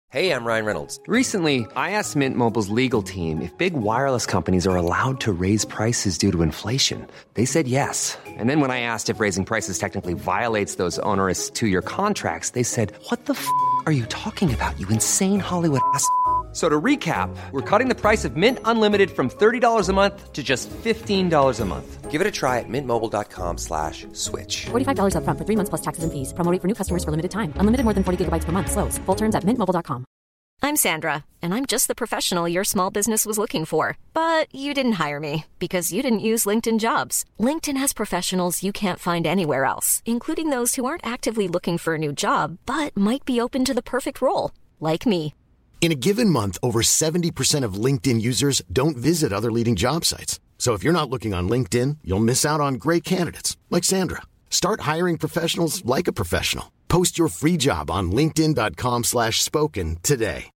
Hey, I'm Ryan Reynolds. Recently, I asked Mint Mobile's legal team if big wireless companies are allowed to raise prices due to inflation. They said yes. And then when I asked if raising prices technically violates those onerous two-year contracts, they said, "What the f*** are you talking about, you insane Hollywood ass?" So to recap, we're cutting the price of Mint Unlimited from $30 a month to just $15 a month. Give it a try at mintmobile.com/switch. $45 up front for 3 months plus taxes and fees. Promo rate for new customers for limited time. Unlimited more than 40 gigabytes per month. Slows full terms at mintmobile.com. I'm Sandra, and I'm just the professional your small business was looking for. But you didn't hire me because you didn't use LinkedIn Jobs. LinkedIn has professionals you can't find anywhere else, including those who aren't actively looking for a new job, but might be open to the perfect role, like me. In a given month, over 70% of LinkedIn users don't visit other leading job sites. So if you're not looking on LinkedIn, you'll miss out on great candidates like Sandra. Start hiring professionals like a professional. Post your free job on linkedin.com/spoken today.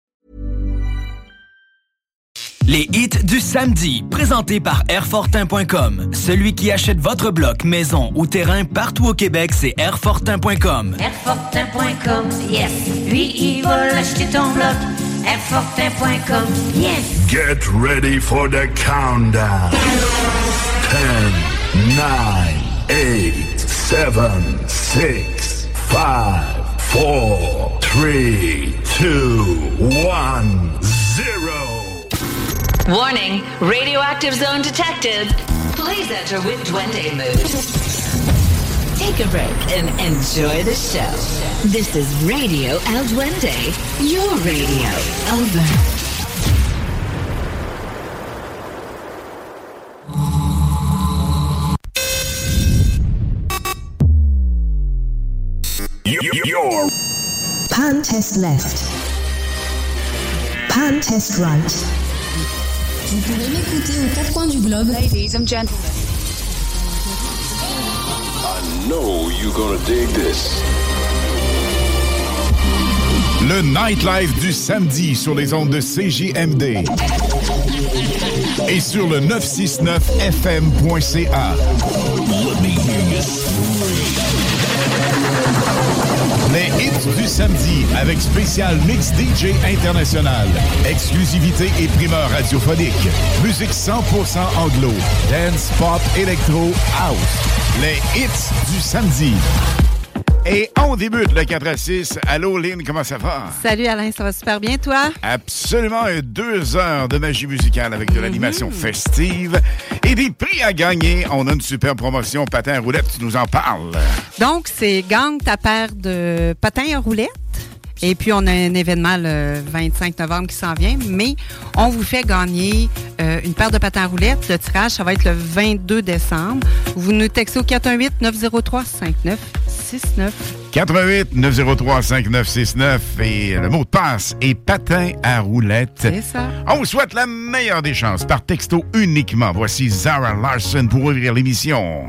Les hits du samedi, présentés par Airfortin.com. Celui qui achète votre bloc, maison ou terrain partout au Québec, c'est Airfortin.com. Airfortin.com, yes. Lui, il va l'acheter ton bloc. Airfortin.com, yes. Get ready for the countdown. 10, 9, 8, 7, 6, 5, 4, 3, 2, 1, 0. Warning, radioactive zone detected. Please enter with Duende mood. Take a break and enjoy the show. This is Radio El Duende, your radio. Over. Your Pan test left. Pan test right. Vous pouvez m'écouter aux quatre coins du globe. Ladies and gentlemen. I know you're gonna dig this. Le Nightlife du samedi sur les ondes de CJMD et sur le 969fm.ca. Les hits du samedi avec spécial mix DJ international, exclusivité et primeur radiophonique, musique 100% anglo, dance, pop, électro, house. Les hits du samedi. Et on débute le 4 à 6. Allô, Lynn, comment ça va? Salut, Alain, ça va super bien, toi? Absolument, 2 heures de magie musicale avec de l'animation festive et des prix à gagner. On a une super promotion patin à roulettes, tu nous en parles. Donc, c'est Gagne ta paire de patins à roulettes. Et puis, on a un événement le 25 novembre qui s'en vient, mais on vous fait gagner une paire de patins à roulettes. Le tirage, ça va être le 22 décembre. Vous nous textez au 418-903-5969. 418-903-5969 et le mot de passe est patin à roulettes. C'est ça. On vous souhaite la meilleure des chances par texto uniquement. Voici Zara Larsson pour ouvrir l'émission.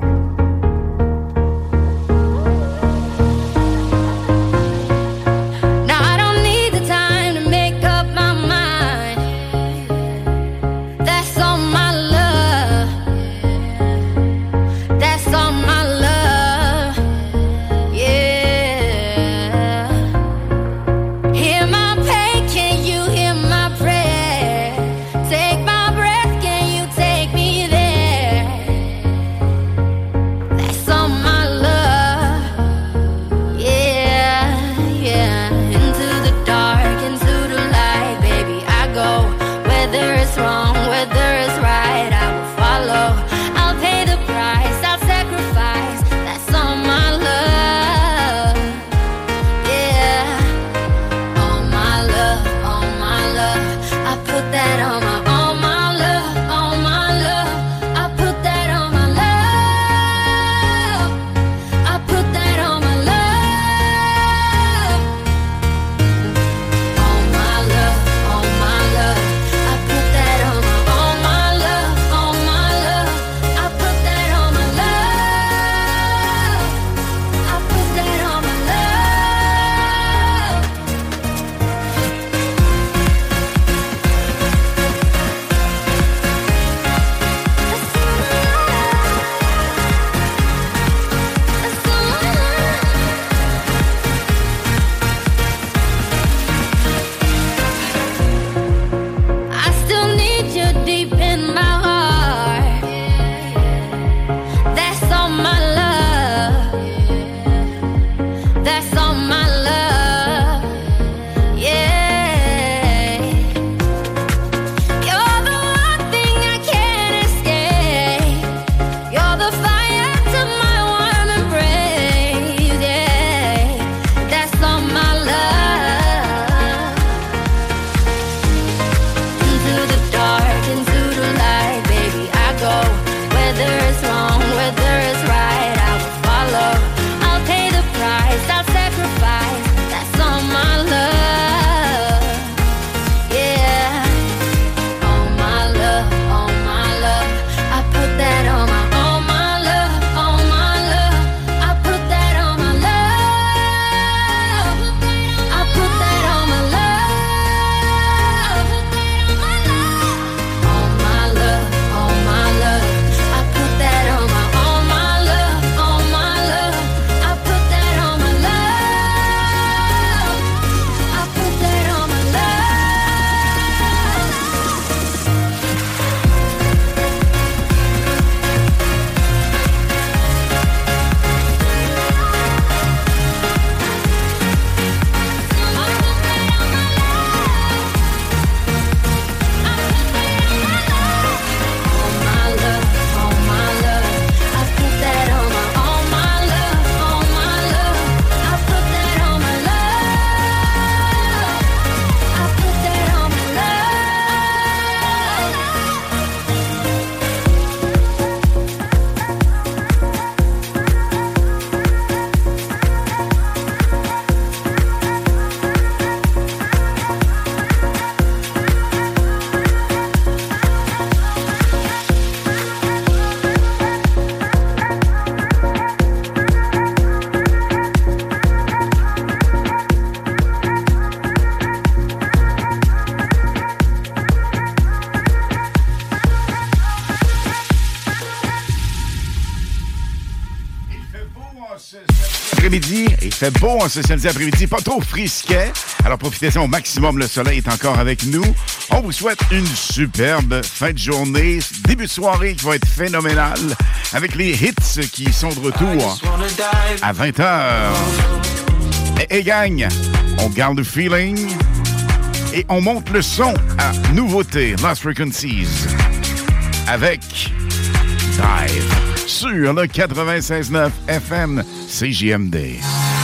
après-midi. Il fait beau en ce samedi après-midi, pas trop frisquet. Alors profitez-en au maximum, le soleil est encore avec nous. On vous souhaite une superbe fin de journée, début de soirée qui va être phénoménal, avec les hits qui sont de retour à 20h. Et gang, on garde le feeling et on monte le son à nouveauté Lost Frequencies avec Dive sur le 96.9 FM CJMD.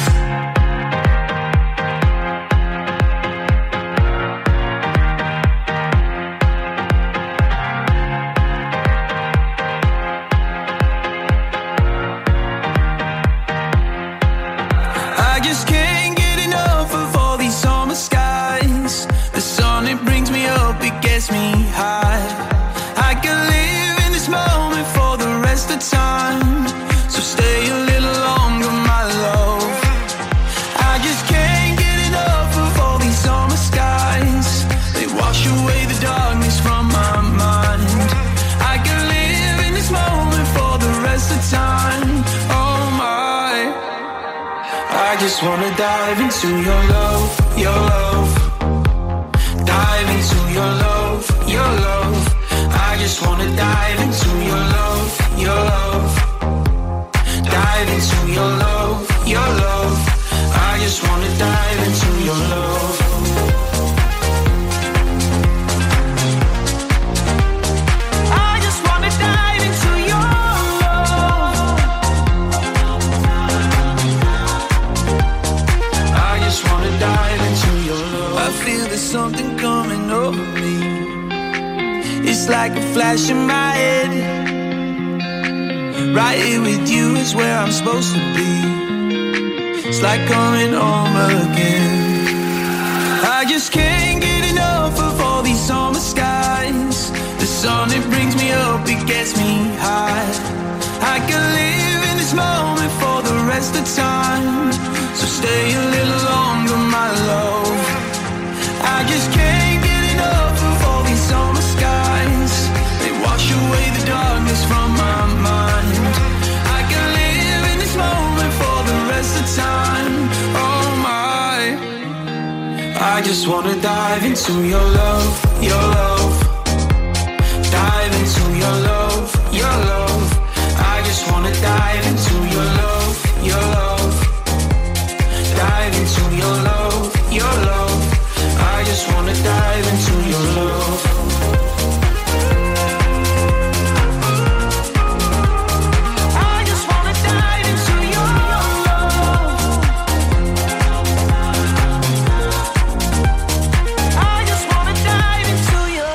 Just wanna dive into your love, your love. Dive into your love, your love. I just wanna dive into your love, your love. Dive into your love, your love. I just wanna dive into your love. Something coming over me. It's like a flash in my head. Right here with you is where I'm supposed to be. It's like coming home again. I just can't get enough of all these summer skies. The sun, it brings me up, it gets me high. I can live in this moment for the rest of time. So stay a little longer, my love. I just can't get enough of all these summer skies. They wash away the darkness from my mind. I can live in this moment for the rest of time. Oh my, I just wanna dive into your love, your love. Dive into your love, your love. I just wanna dive into your love, your love. Dive into your love, your love. I just wanna dive into your love. I just wanna dive into your love. I just wanna dive into your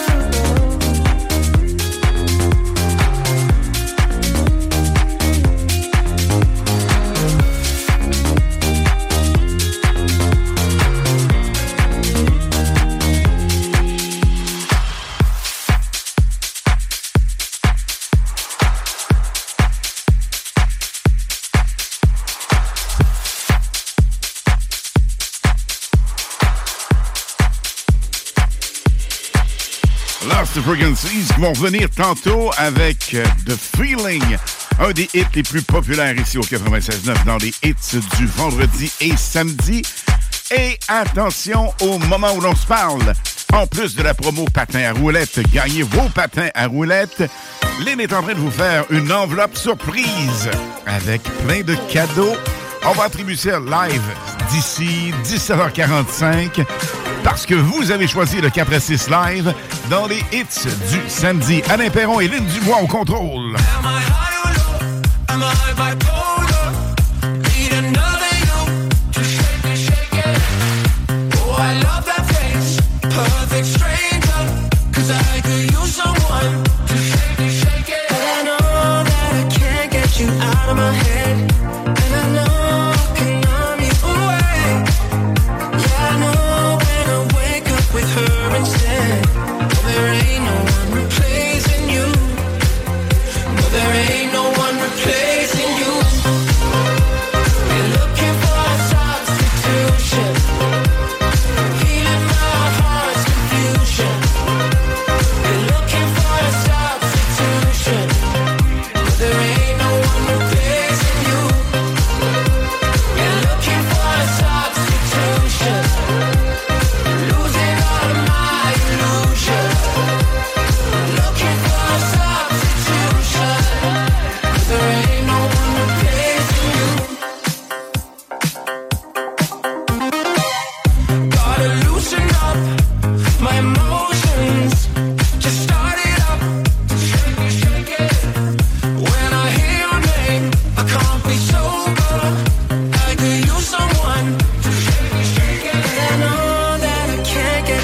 Lost Frequencies qui vont revenir tantôt avec The Feeling, un des hits les plus populaires ici au 96.9 dans les hits du vendredi et samedi. Et attention au moment où l'on se parle, en plus de la promo patin à roulettes, gagnez vos patins à roulettes. Lynn est en train de vous faire une enveloppe surprise avec plein de cadeaux. On va attribuer ça live d'ici 17h45 parce que vous avez choisi le 4-6 live dans les hits du samedi. Alain Perron et Lynn Dubois au contrôle. There ain't no one replacing you.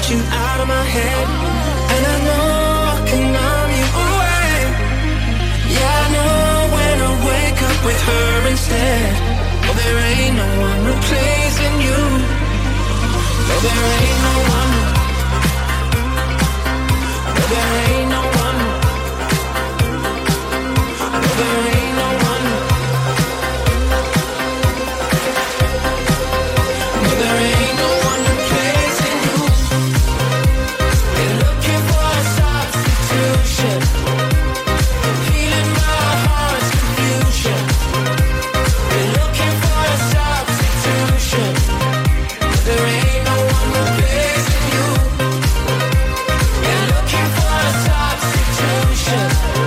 you out of my head. And I know I can numb you away. Yeah, I know when I wake up with her instead. Oh, there ain't no one replacing you. No, there ain't no one. No, there ain't no one. No, there ain't no one. No, there ain't no one replacing you. They're looking for a substitution. Feeling my heart's confusion. They're looking for a substitution. There ain't no one replacing you. They're looking for a substitution.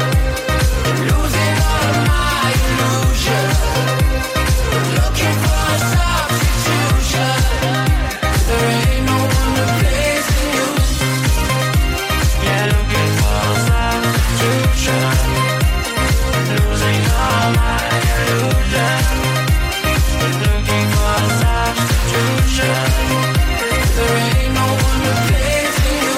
Losing all of my illusions. Looking for a substitution. There ain't no one replacing you. Yeah, looking for a substitution. Losing all my illusions. Looking for a substitution. There ain't no one replacing you.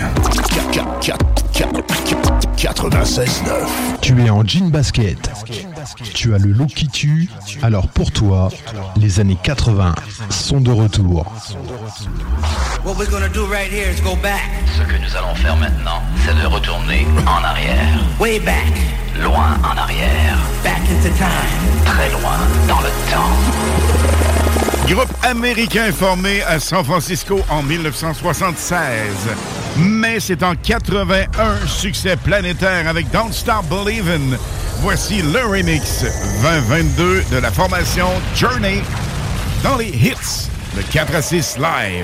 Tu es en jean basket. Tu as le look qui tue, alors pour toi, les années 80 sont de retour. What we're gonna do right here is go back. Ce que nous allons faire maintenant, c'est de retourner en arrière. Way back. Loin en arrière. Back into time. Très loin dans le temps. Groupe américain formé à San Francisco en 1976. Mais c'est en 81 succès planétaire avec Don't Stop Believin'. Voici le remix 2022 de la formation Journey dans les hits de 4 à 6 live.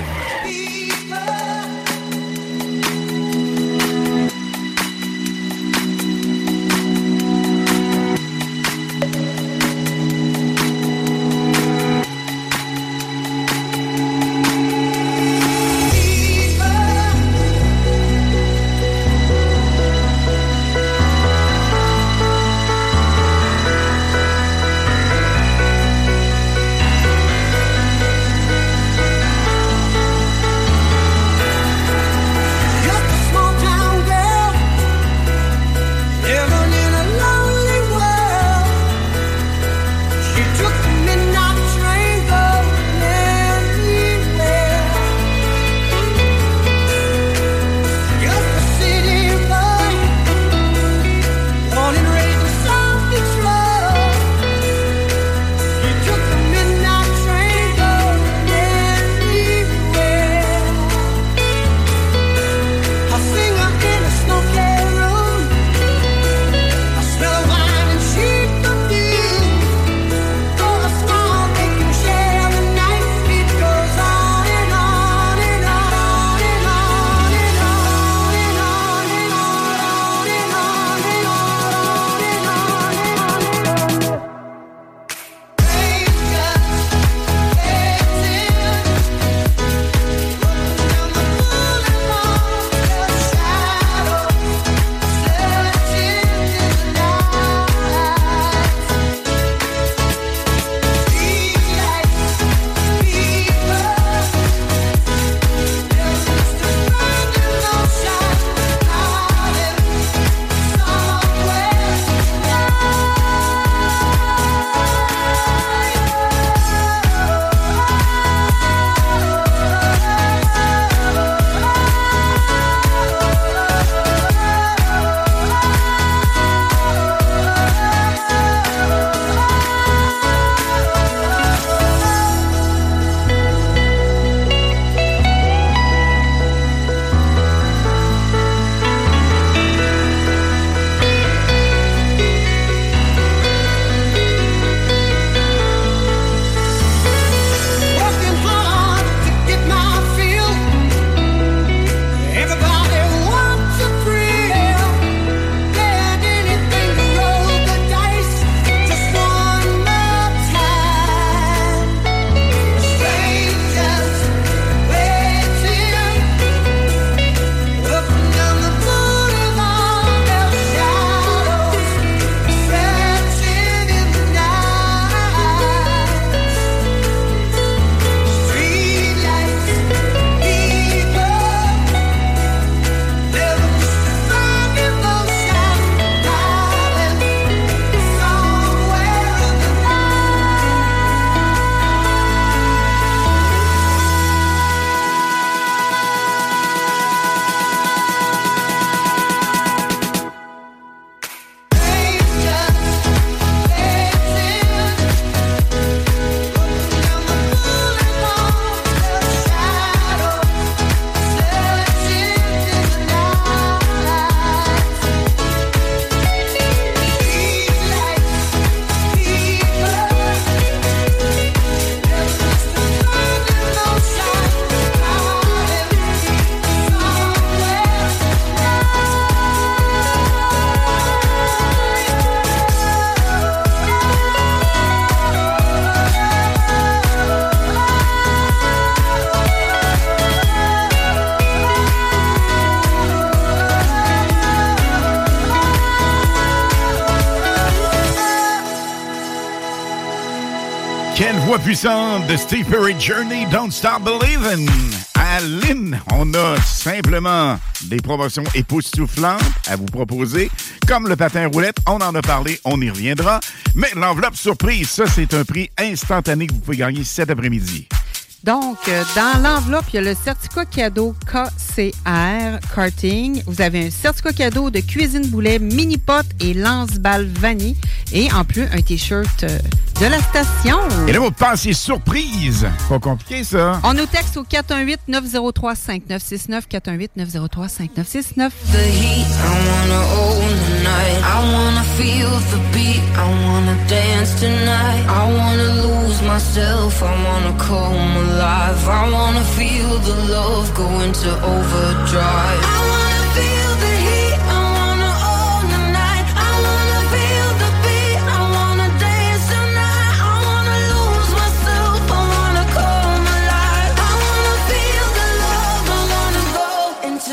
Quelle voix puissante de Steve Perry, Journey, Don't Stop Believin'. À Lynn, on a simplement des promotions époustouflantes à vous proposer. Comme le patin roulette, on en a parlé, on y reviendra. Mais l'enveloppe surprise, ça, c'est un prix instantané que vous pouvez gagner cet après-midi. Donc, dans l'enveloppe, il y a le certificat cadeau KCR Karting. Vous avez un certificat cadeau de cuisine boulet, mini-pot et lance-balles vanille. Et en plus, un T-shirt de la station. Et là, vous pensez surprise. Pas compliqué, ça. On nous texte au 418-903-5969. 418-903-5969. The heat, I wanna own the night. I wanna feel the beat. I wanna dance tonight. I wanna lose myself. I wanna come alive. I wanna feel the love go into overdrive. I wanna feel the heat. I wanna own the night. I wanna feel the beat. I wanna dance tonight. I wanna lose myself. I wanna come alive. I wanna feel the love. I wanna go into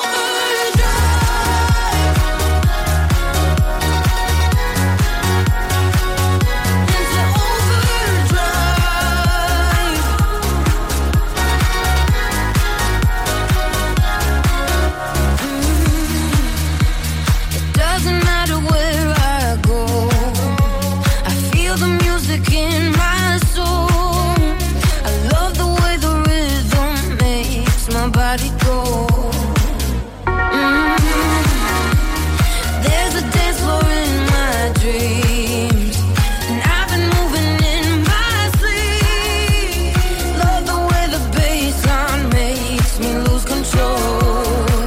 in my soul. I love the way the rhythm makes my body go. There's a dance floor in my dreams, and I've been moving in my sleep. Love the way the bassline makes me lose control.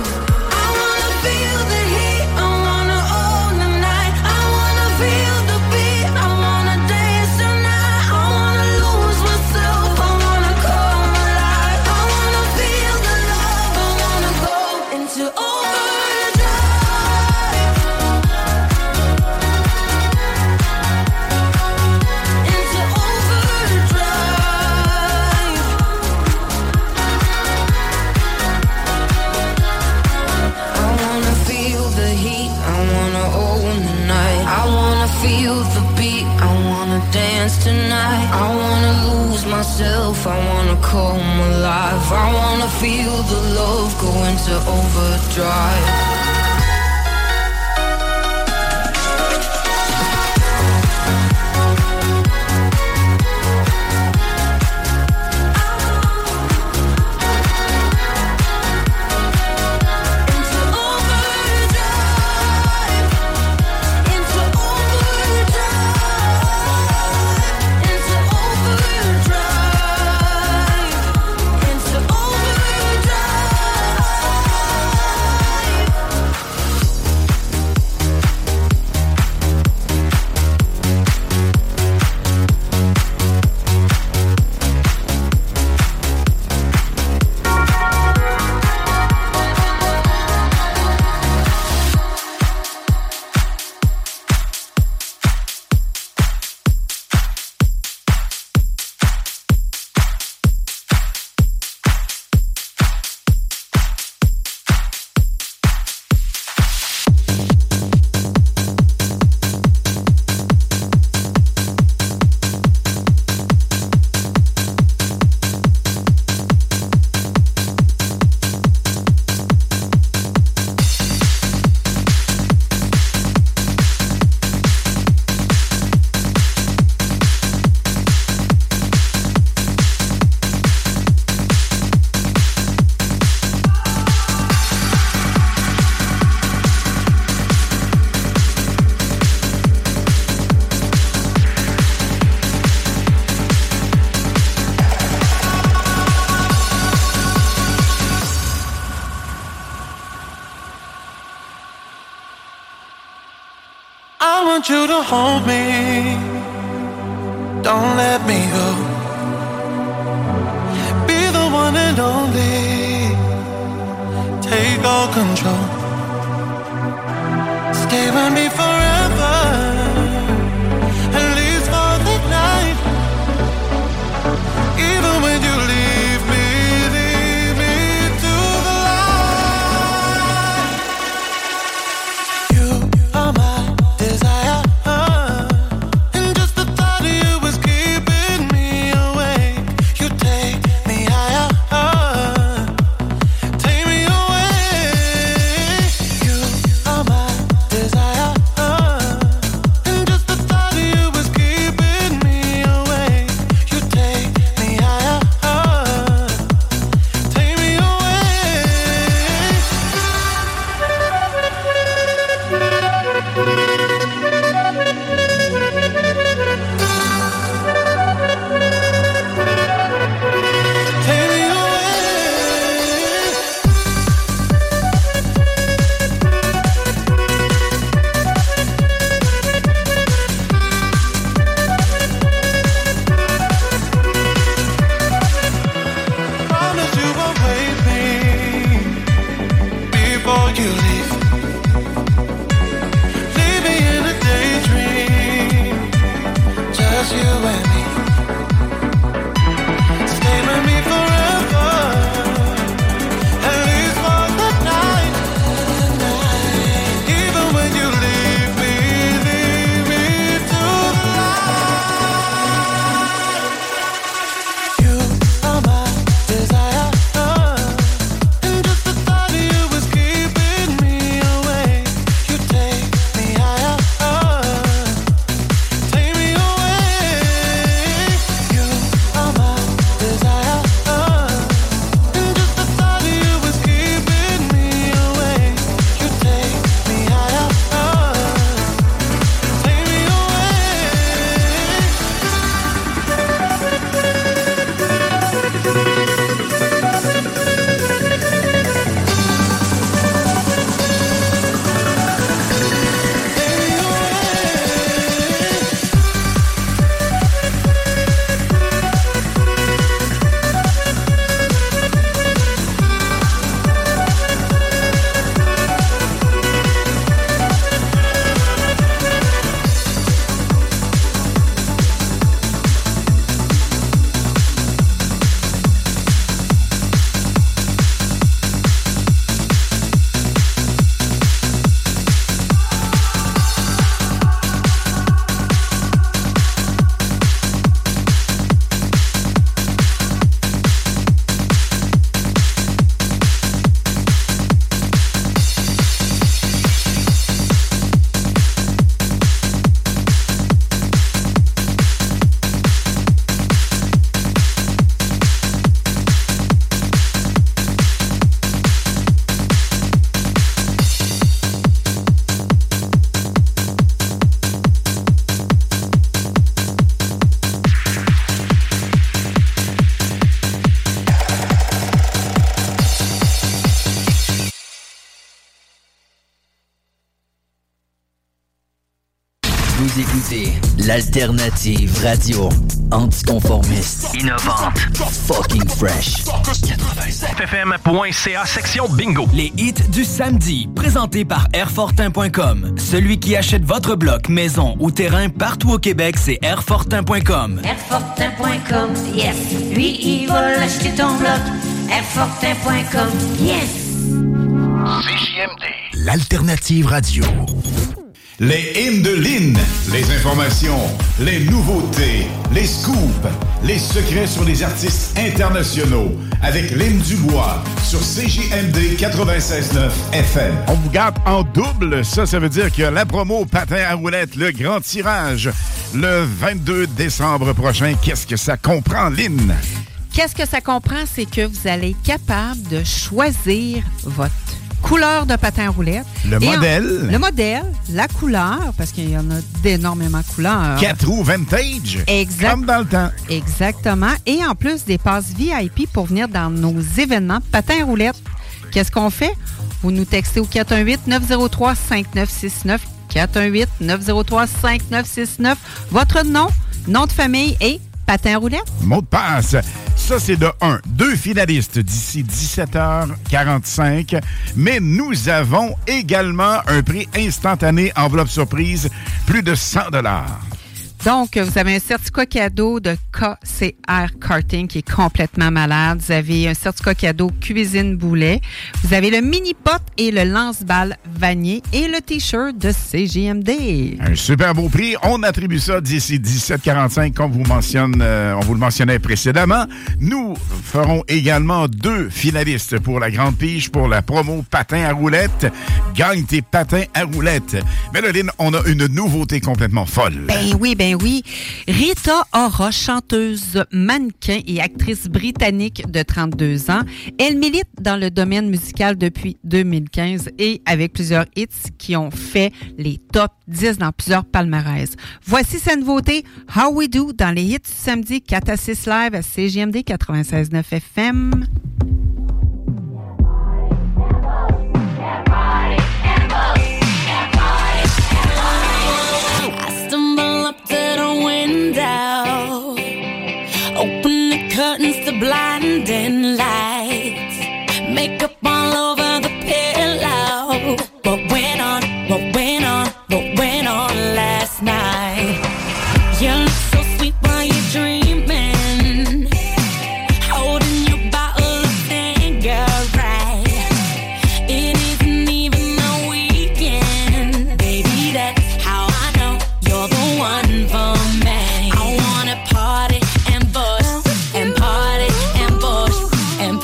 Dance tonight. I wanna lose myself. I wanna come alive. I wanna feel the love go into overdrive. I want you to hold me, don't let me go. Be the one and only, take all control. Stay with me forever, at least for the night. Even when you leave me to the light. You are my desire, and just the thought of you is keeping me. Vous écoutez l'alternative radio anticonformiste, innovante, fucking fresh. 96fm.ca section bingo. Les hits du samedi, présentés par Airfortin.com. Celui qui achète votre bloc, maison ou terrain partout au Québec, c'est Airfortin.com. Airfortin.com, yes. Lui, il va l'acheter ton bloc. Airfortin.com, yes. CJMD. L'alternative radio. Les hymnes de Lynn, les informations, les nouveautés, les scoops, les secrets sur les artistes internationaux avec Lynn Dubois sur CJMD 96.9 FM. On vous garde en double, ça veut dire que la promo Patin à roulettes, le grand tirage, le 22 décembre prochain, qu'est-ce que ça comprend, Lynn? Qu'est-ce que ça comprend? C'est que vous allez être capable de choisir votre couleur de patin à roulettes. Le modèle. Le modèle, la couleur, parce qu'il y en a d'énormément de couleurs. 4 roues vintage. Exact. Comme dans le temps. Exactement. Et en plus, des passes VIP pour venir dans nos événements patin à roulettes. Qu'est-ce qu'on fait? Vous nous textez au 418-903-5969. 418-903-5969. Votre nom de famille et patin à roulettes. Mot de passe. Ça, c'est de 1. 2 finalistes d'ici 17h45. Mais nous avons également un prix instantané, enveloppe surprise, plus de 100 $. Donc, vous avez un certificat cadeau de KCR Karting qui est complètement malade. Vous avez un certificat cadeau Cuisine Boulet. Vous avez le mini-pot et le lance-balles Vanier et le T-shirt de CJMD. Un super beau prix. On attribue ça d'ici 17h45, comme on vous le mentionnait précédemment. Nous ferons également 2 finalistes pour la Grande Pige pour la promo Patin à roulettes. Gagne tes patins à roulettes. Mais là, Lynn, on a une nouveauté complètement folle. Ben oui. Rita Ora, chanteuse, mannequin et actrice britannique de 32 ans. Elle milite dans le domaine musical depuis 2015 et avec plusieurs hits qui ont fait les top 10 dans plusieurs palmarès. Voici sa nouveauté, How We Do, dans les hits du samedi 4 à 6 live à CJMD 96.9 FM. Open the curtains to blinding lights. Makeup all over the pillow. What went on last night? You look so sweet while you're dreaming. Holding your bottle of Tanqueray. It isn't even a weekend. Baby, that's how I know you're the one for me. I wanna party and bush and party and bush and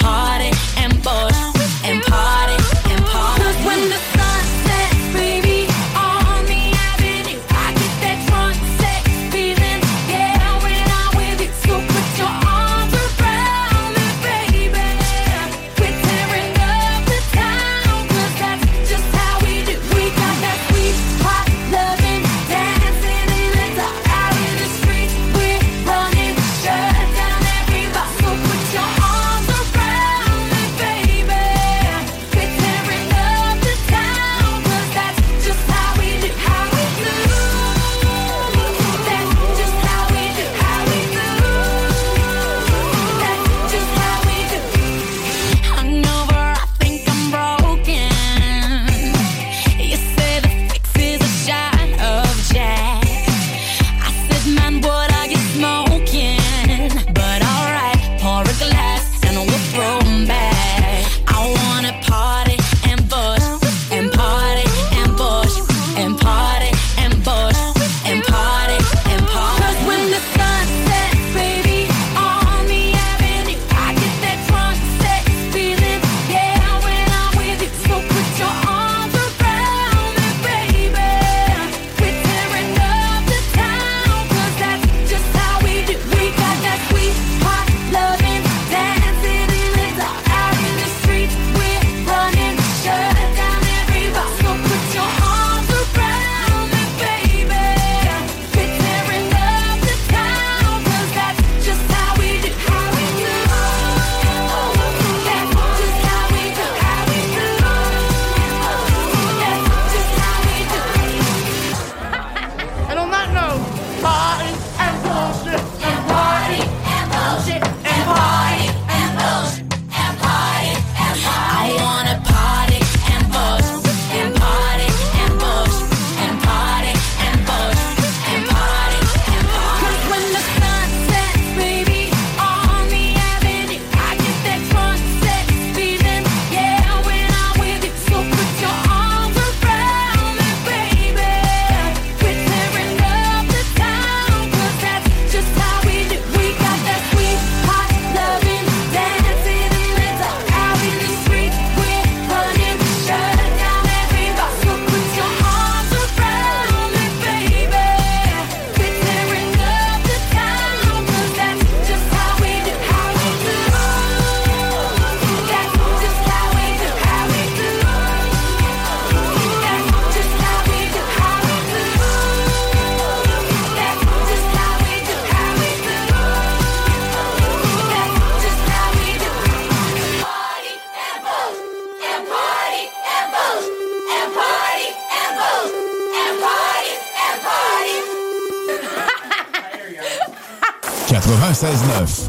96.9.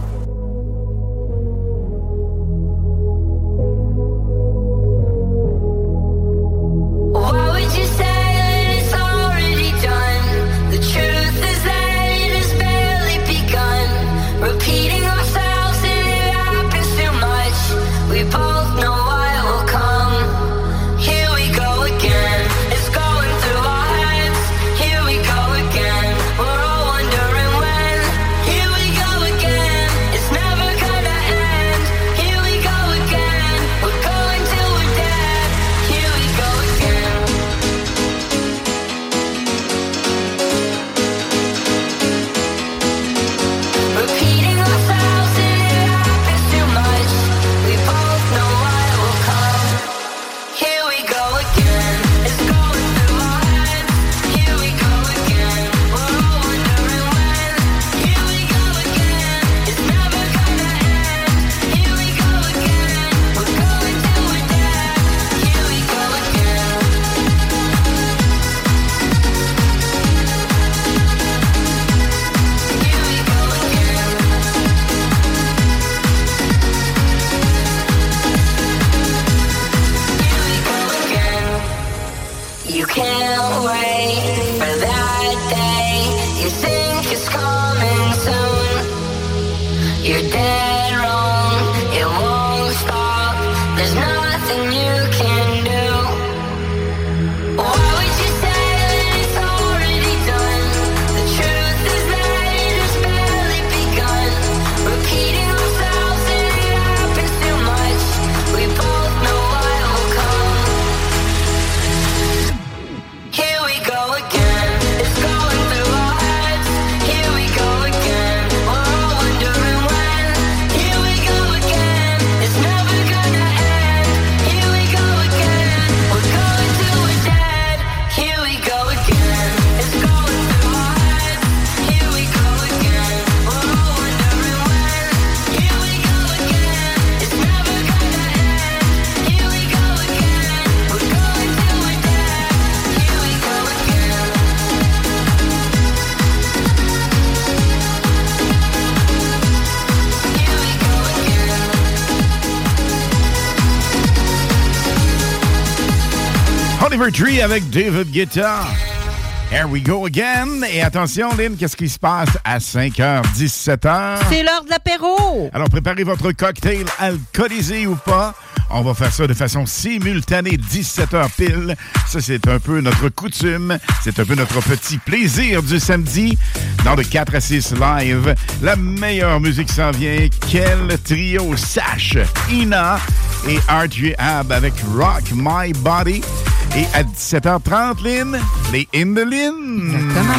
Oliver Tree avec David Guetta. Here we go again. Et attention, Lynn, qu'est-ce qui se passe à 5h, 17h? C'est l'heure de l'apéro. Alors, préparez votre cocktail alcoolisé ou pas. On va faire ça de façon simultanée, 17h pile. Ça, c'est un peu notre coutume. C'est un peu notre petit plaisir du samedi. Dans de 4 à 6 live, la meilleure musique s'en vient. Quel trio Sash, Ina et Art Rehab avec Rock My Body. Et à 17h30, Lynn, les In the Lynn. Exactement.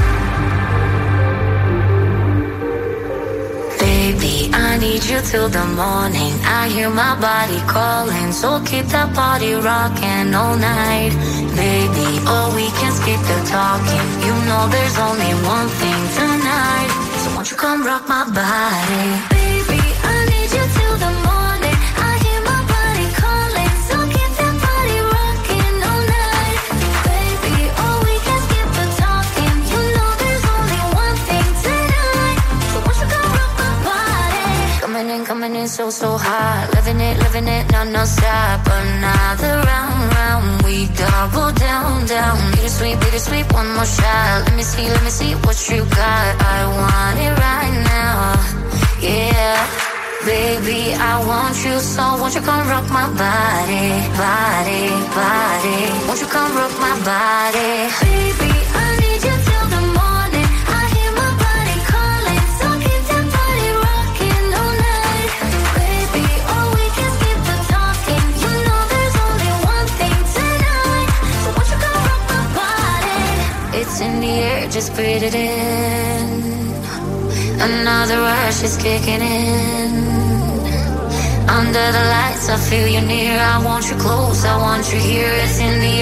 Baby, I need you till the morning. I hear my body calling, so keep that body rocking all night. Baby, oh, we can skip the talking. You know there's only one thing tonight. So won't you come rock my body? Baby, I need you till the morning. I hear my body calling, so keep that body rocking all night. Baby, oh, we can skip the talking. You know there's only one thing tonight. So won't you come rock my body? Coming in so hot. Living it, non-stop. Another round, we double down. Bittersweet, one more shot. Let me see what you got. I want it right now, yeah. Baby, I want you, so won't you come rock my body. Won't you come rock my body? Baby, I need you till the morning. I hear my body calling, so keep that body rocking all night. Baby, oh, we can skip the talking. You know there's only one thing tonight. So won't you come rock my body? It's in the air, just breathe it in. Another rush is kicking in. Under the lights, I feel you near. I want you close, I want you here. It's in the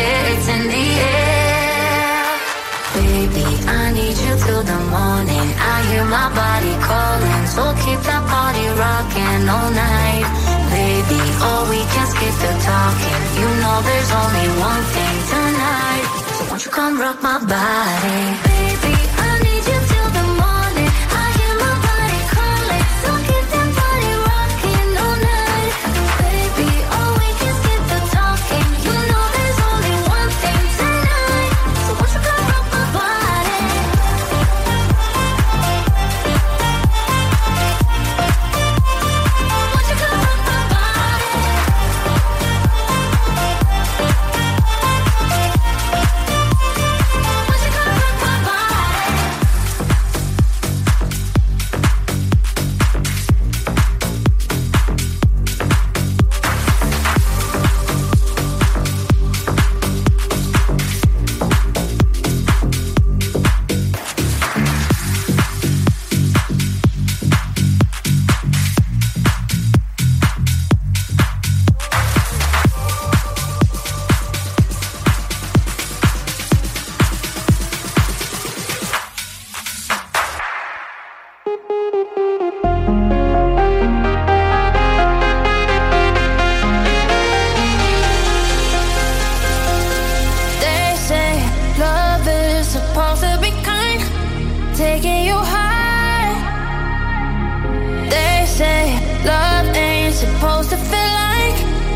air. Baby, I need you till the morning. I hear my body calling, so keep that body rocking all night. Baby, oh, we can skip the talking. You know there's only one thing tonight. So won't you come rock my body? Baby, I need you till the morning. I hear my body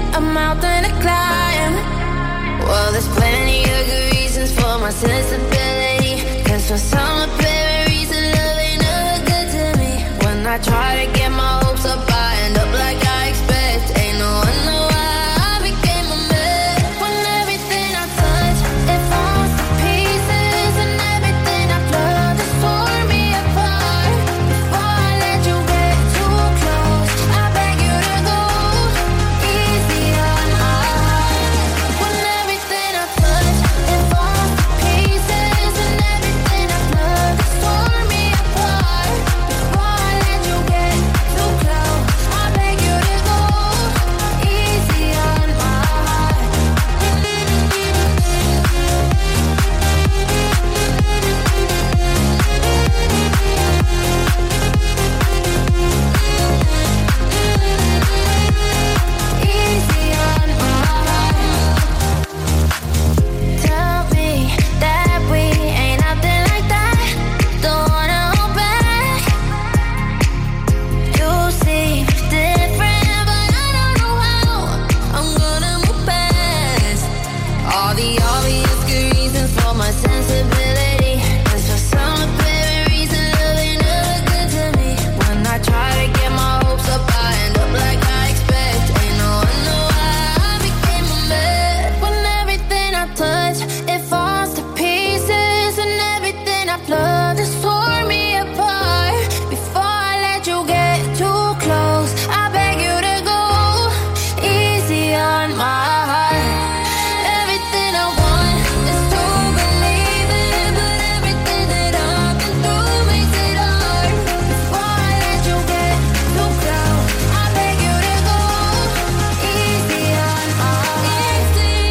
a mountain to climb. Well, there's plenty of good reasons for my sensibility. Cause for some apparent reason, love ain't never good to me. When I try to get my hopes up, I end up like I expect. Ain't no wonder why I became a mess. When everything I touch, it falls to pieces. And everything I've loved has torn me apart. Before I let you get too close, I beg you to go easy on my heart. When everything I touch, it falls to pieces. And everything I've loved has torn me apart. Before I let you get too close, I beg you to go easy on my heart. Easy on my heart. Tell me that we ain't nothing like that. Don't wanna hold back. You seem different, but I don't know how I'm gonna move past all the obvious good reasons for my sensibility. Cause for some apparent reason, love ain't never good to me. When I try to get my hopes up, I end up like I expect. Ain't no wonder why I became a mess. When everything I touch, it falls to pieces. And everything I've loved has torn me apart. Before I let you get too close, I beg you to go easy on my heart. Everything I want is to believe it, but everything that I've been through makes it hard. Before I let you get too close, I beg you to go easy on my heart.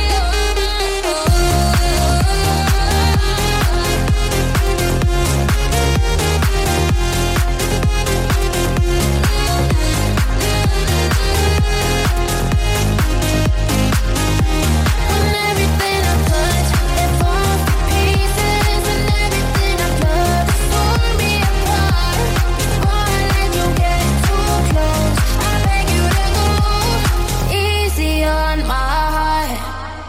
When everything I touch, it falls to pieces. And everything I've loved has torn me apart. Before I let you get too close, I beg you to go easy on my heart.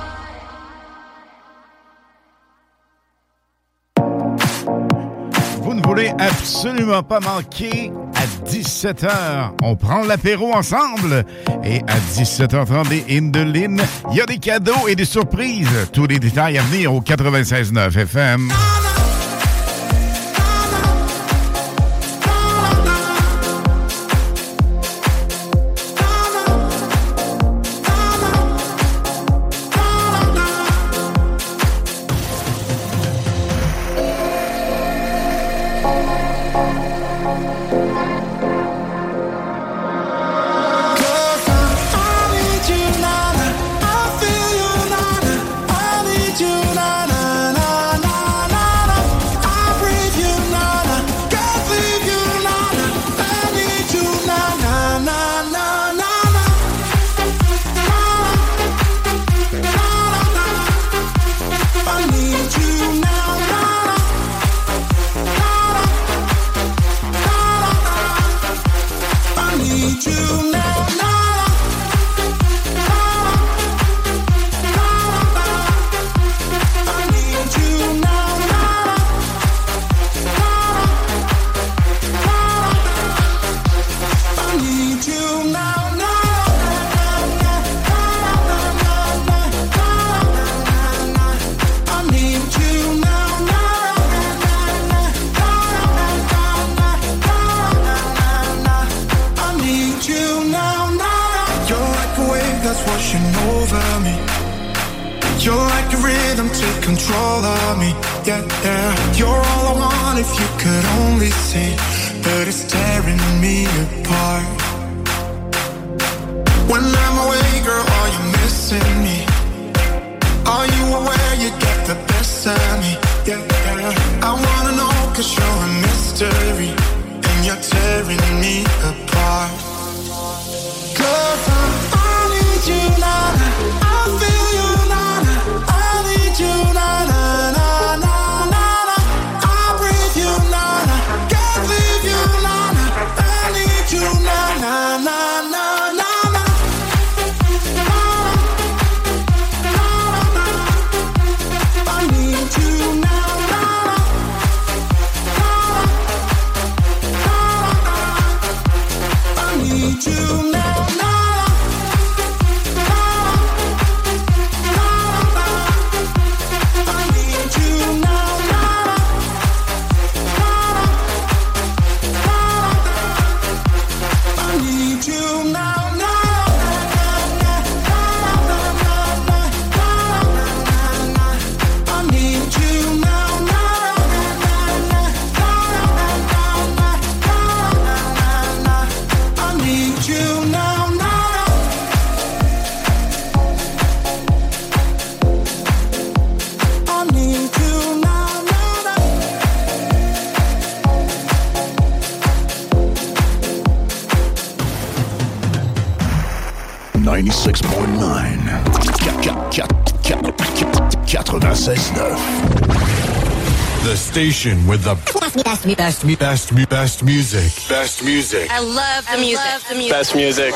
Vous ne voulez absolument pas manquer à 17h. On prend l'apéro ensemble. Et à 17h30 des Indolines, il y a des cadeaux et des surprises. Tous les détails à venir au 96.9 FM. You're like a rhythm, take control of me. Yeah, yeah. You're all I want if you could only see. But it's tearing me apart. When I'm away, girl, are you missing me? Are you aware you get the best of me? Yeah, yeah. I wanna know 'cause you're a mystery. And you're tearing me apart. 'Cause I need you now. I feel you now. I need you now. I breathe you now. Can't leave you now. I need you now. 96.9. 96.9. The station with the best music. Best music. I love the music. Best music.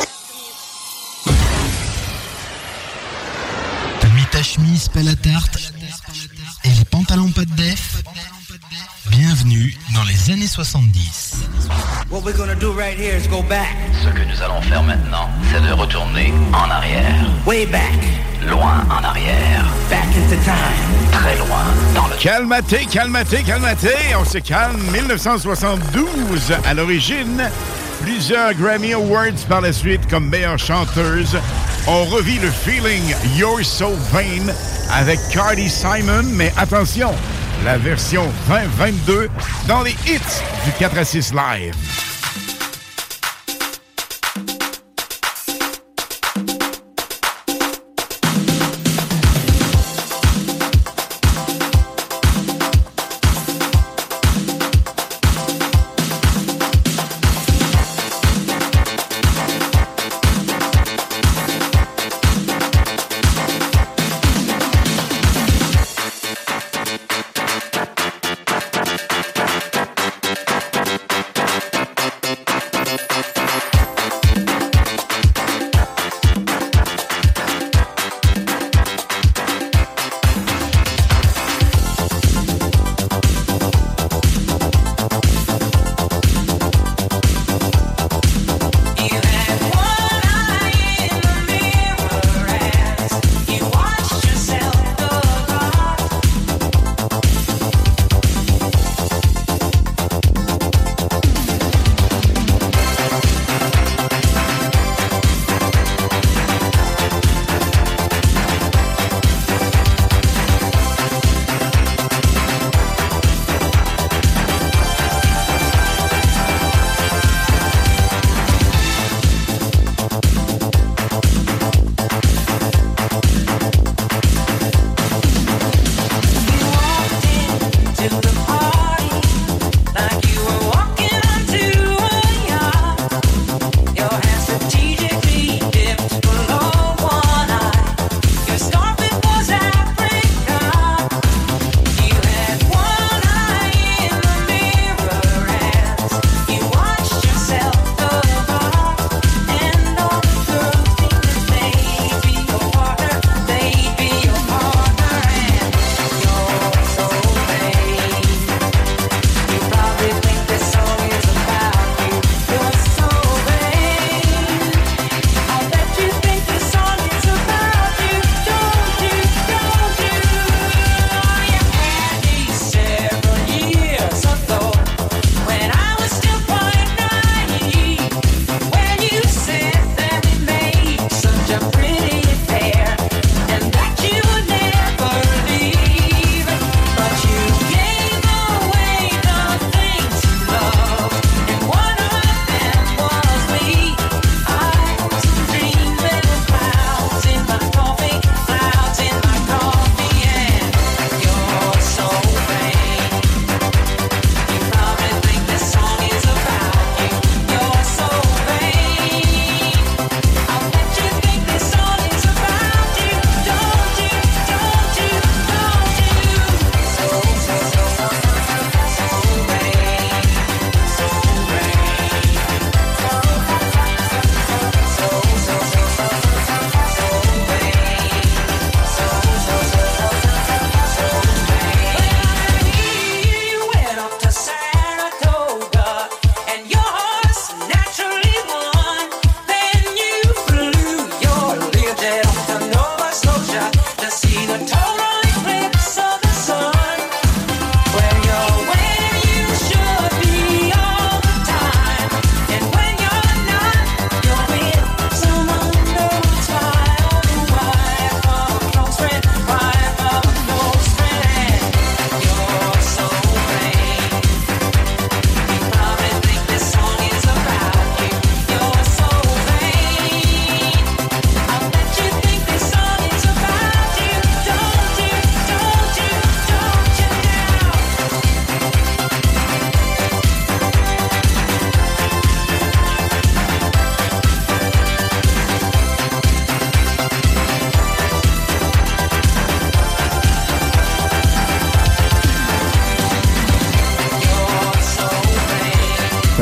T'as mis ta chemise pas la tarte et les pantalons pas de def. Bienvenue dans les années 70. What we're gonna do right here is go back. Ce que nous allons faire maintenant, c'est de retourner en arrière. Way back. Loin en arrière. Back into time. Très loin dans le... Calmatez. On se calme. 1972 à l'origine. Plusieurs Grammy Awards par la suite comme meilleure chanteuse. On revit le feeling You're So Vain avec Cardi Simon. Mais attention, la version 2022 dans les hits du 4 à 6 live.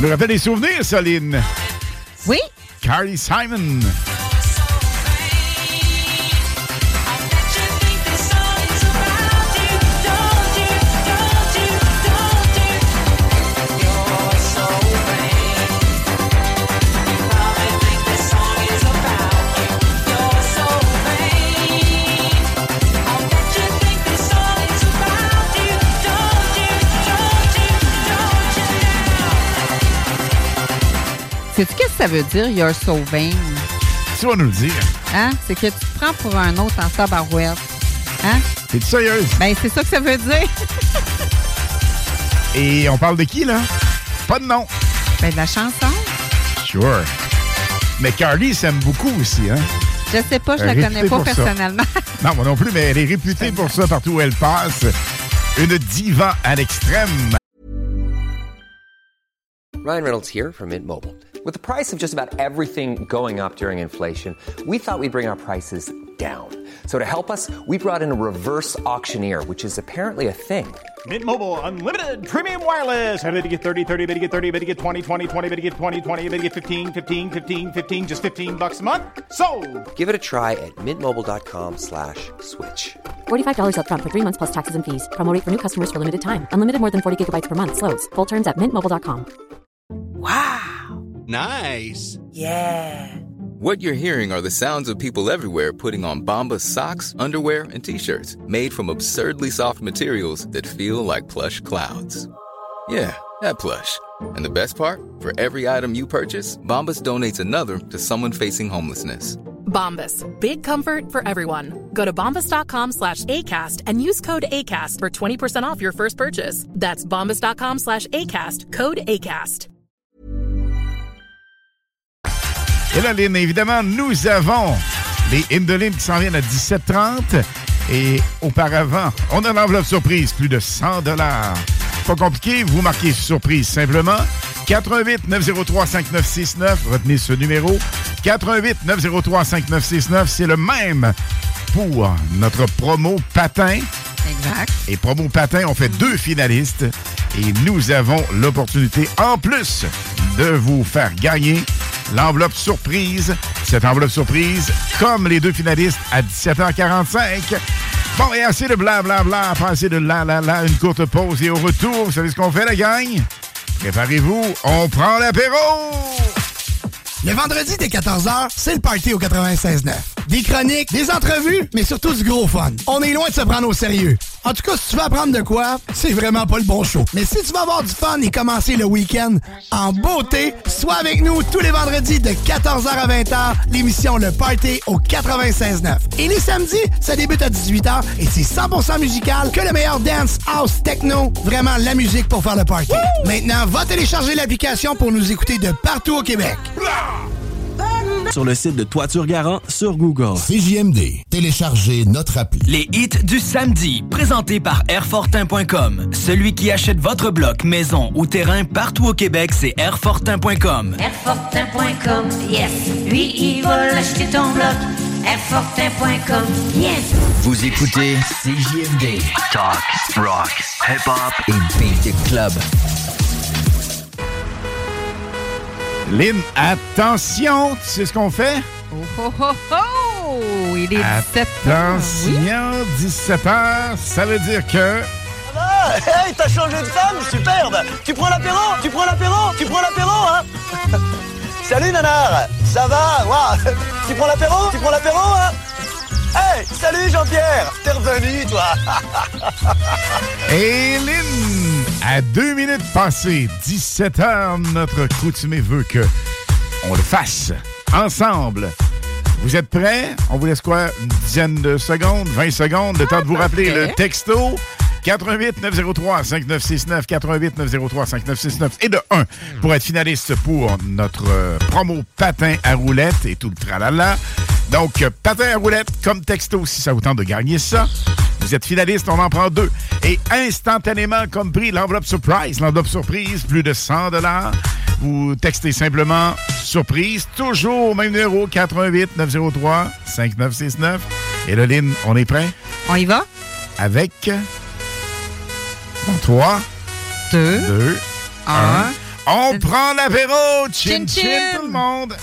nous rappelle des souvenirs, Soline. Oui. Carly Simon. Sais-tu qu'est-ce que ça veut dire, you're so vain? Tu vas nous le dire. Hein? C'est que tu te prends pour un autre en tabarouette. Hein? T'es-tu sérieuse? Ben, c'est ça que ça veut dire. Et on parle de qui, là? Pas de nom. Ben, de la chanson. Sure. Mais Carly s'aime beaucoup aussi, hein? Je sais pas, je la connais pas personnellement. Non, moi non plus, mais elle est réputée pour ça partout où elle passe. Une diva à l'extrême. Ryan Reynolds here from Mint Mobile. With the price of just about everything going up during inflation, we thought we'd bring our prices down. So to help us, we brought in a reverse auctioneer, which is apparently a thing. Mint Mobile Unlimited Premium Wireless. How to get 30, 30, bit to get 30, bit to get 20, 20, 20, bit to get 20, 20, bit to get 15, 15, 15, 15, just $15 a month? Sold! Give it a try at mintmobile.com/switch. $45 up front for 3 months plus taxes and fees. Promo rate for new customers for limited time. Unlimited more than 40 gigabytes per month. Slows full terms at mintmobile.com. Wow! Nice! Yeah! What you're hearing are the sounds of people everywhere putting on Bombas socks, underwear, and T-shirts made from absurdly soft materials that feel like plush clouds. Yeah, that plush. And the best part? For every item you purchase, Bombas donates another to someone facing homelessness. Bombas. Big comfort for everyone. Go to bombas.com/ACAST and use code ACAST for 20% off your first purchase. That's bombas.com/ACAST. Code ACAST. Et là, Lynn, évidemment, nous avons les Indolines qui s'en viennent à 17h30. Et auparavant, on a l'enveloppe surprise, plus de 100$. Pas compliqué, vous marquez surprise simplement. 88 903 5969, retenez ce numéro. 88 903 5969, c'est le même pour notre promo patin. Exact. Et promo patin, on fait 2 finalistes. Et nous avons l'opportunité, en plus, de vous faire gagner l'enveloppe surprise. Cette enveloppe surprise, comme les 2 finalistes, à 17h45. Bon, et assez de blablabla, pas assez de la, une courte pause et au retour, vous savez ce qu'on fait, la gang? Préparez-vous, on prend l'apéro! Le vendredi dès 14h, c'est le party au 96.9. Des chroniques, des entrevues, mais surtout du gros fun. On est loin de se prendre au sérieux. En tout cas, si tu veux apprendre de quoi, c'est vraiment pas le bon show. Mais si tu veux avoir du fun et commencer le week-end en beauté, sois avec nous tous les vendredis de 14h à 20h, l'émission Le Party au 96.9. Et les samedis, ça débute à 18h et c'est 100% musical que le meilleur dance, house, techno, vraiment la musique pour faire le party. Woo! Maintenant, va télécharger l'application pour nous écouter de partout au Québec. Sur le site de Toiture Garant sur Google. CJMD. Téléchargez notre appli. Les hits du samedi, présentés par Airfortin.com. Celui qui achète votre bloc, maison ou terrain partout au Québec, c'est Airfortin.com. Airfortin.com, yes. Lui, il va l'acheter ton bloc. Airfortin.com, yes. Vous écoutez CJMD. Talk, rock, hip-hop et beat club. Lynn, attention, tu sais ce qu'on fait? Il est 17h. Attention, 17h, ça veut dire que... Ah, hey, t'as changé de femme, superbe. Tu prends l'apéro, hein? Salut, nanar, ça va? Wow. Tu prends l'apéro, hein? Hey, salut, Jean-Pierre, t'es revenu, toi. Et Lynn, à 2 minutes passées, 17h, notre coutumier veut que on le fasse ensemble. Vous êtes prêts? On vous laisse quoi? Une dizaine de secondes, 20 secondes, le temps de vous rappeler le texto. 88 903 5969, 88 903 5969 et de 1 pour être finaliste pour notre promo patin à roulettes et tout le tralala. Donc, patin à roulettes comme texto si ça vous tente de gagner ça. Vous êtes finaliste, on en prend 2. Et instantanément, comme prix, l'enveloppe surprise. L'enveloppe surprise, plus de 100$. Vous textez simplement surprise, toujours au même numéro, 88 903 5969. Et là, Lynn, on est prêt? On y va? Avec... 3, 2, 1. On prend l'apéro! Chin chin tout le monde!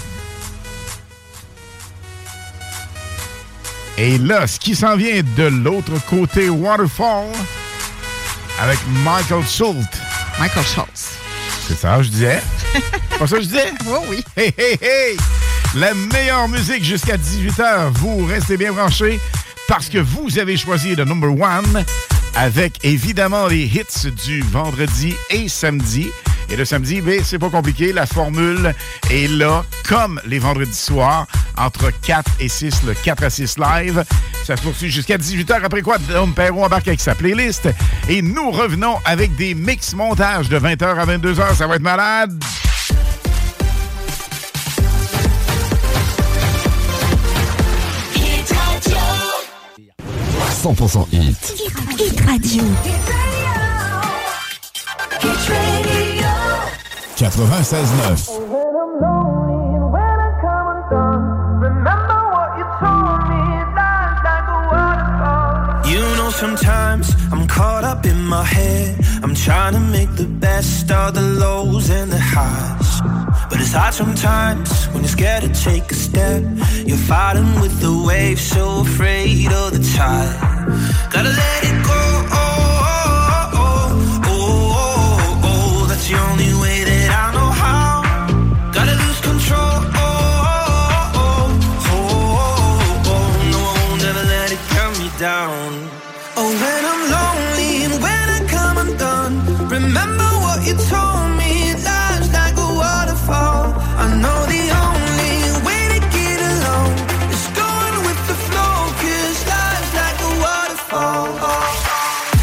Et là, ce qui s'en vient de l'autre côté Waterfall, avec Michael Schultz. Michael Schultz. C'est ça, je disais? Pas ça, je disais? Oh oui. Hey, hey, hey! La meilleure musique jusqu'à 18h. Vous restez bien branchés parce que vous avez choisi le number one avec évidemment les hits du vendredi et samedi. Et le samedi, ben, c'est pas compliqué. La formule est là, comme les vendredis soirs, entre 4 et 6, le 4 à 6 live. Ça se poursuit jusqu'à 18h. Après quoi, Dom Perron embarque avec sa playlist. Et nous revenons avec des mix montages de 20h à 22h. Ça va être malade. 100% hit. Hit Radio. 96.9. You know, sometimes I'm caught up in my head. I'm trying to make the best of the lows and the highs. But it's hard sometimes when you're scared to take a step. You're fighting with the waves, so afraid of the tide. Gotta let it go. That's the only way that I know how. Gotta lose control. No, I won't ever let it cut me down. Oh, when I'm lonely and when I come undone, remember what you told me. Life's like a waterfall. I know the only way to get along is going with the flow, 'cause life's like a waterfall.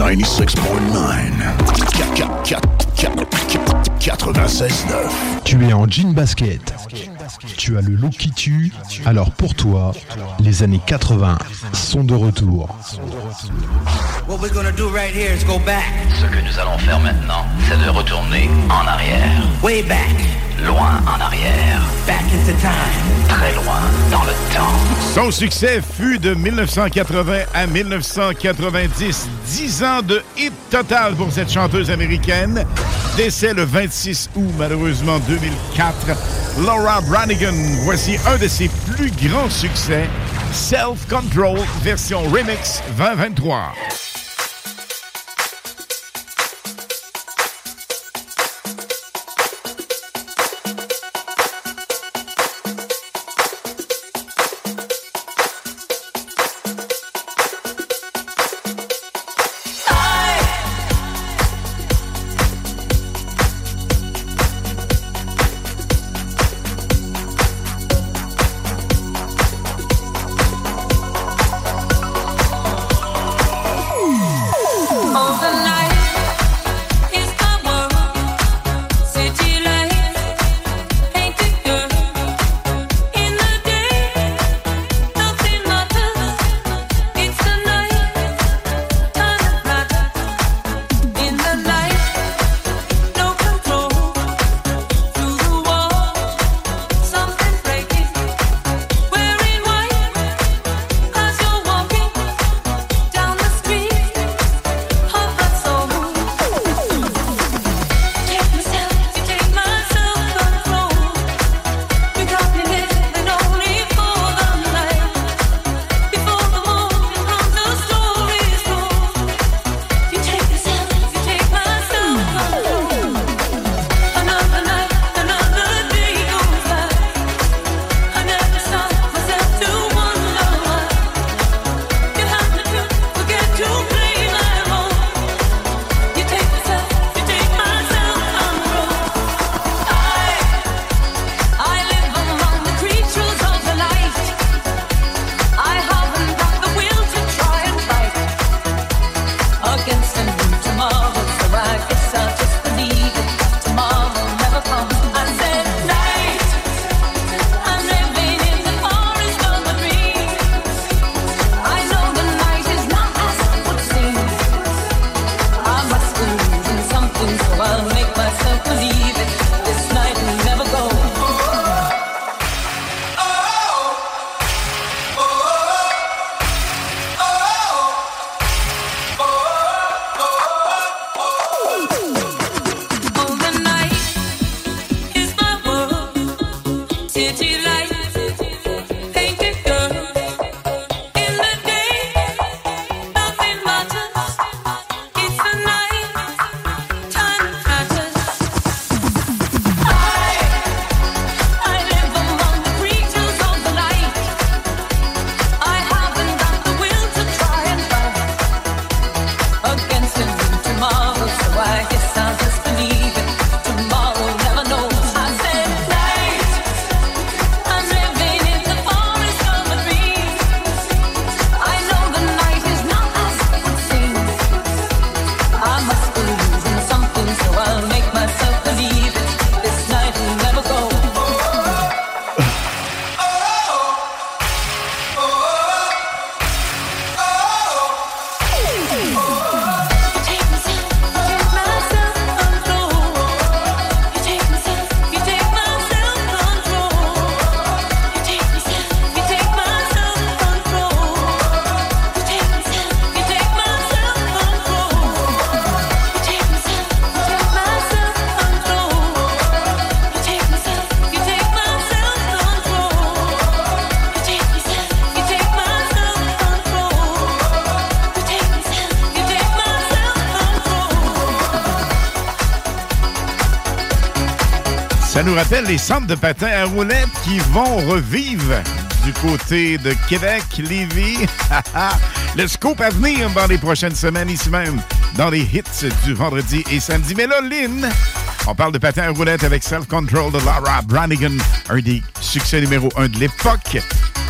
96.9. Tu es en jean basket. Tu as le look qui tue. Alors pour toi, les années 80 sont de retour. What we're gonna do right here is go back. Ce que nous allons faire maintenant, c'est de retourner en arrière. Way back. Loin en arrière. Back into time. Très loin dans le temps. Son succès fut de 1980 à 1990. 10 ans de hit total pour cette chanteuse américaine. Décès le 26 août, malheureusement, 2004. Laura Branigan, voici un de ses plus grands succès. Self Control, version remix 2023. Ça nous rappelle les centres de patins à roulettes qui vont revivre du côté de Québec, Lévis. Le scoop à venir dans les prochaines semaines, ici même, dans les hits du vendredi et samedi. Mais là, Lynn, on parle de patins à roulettes avec Self Control de Laura Branigan, un des succès numéro 1 de l'époque.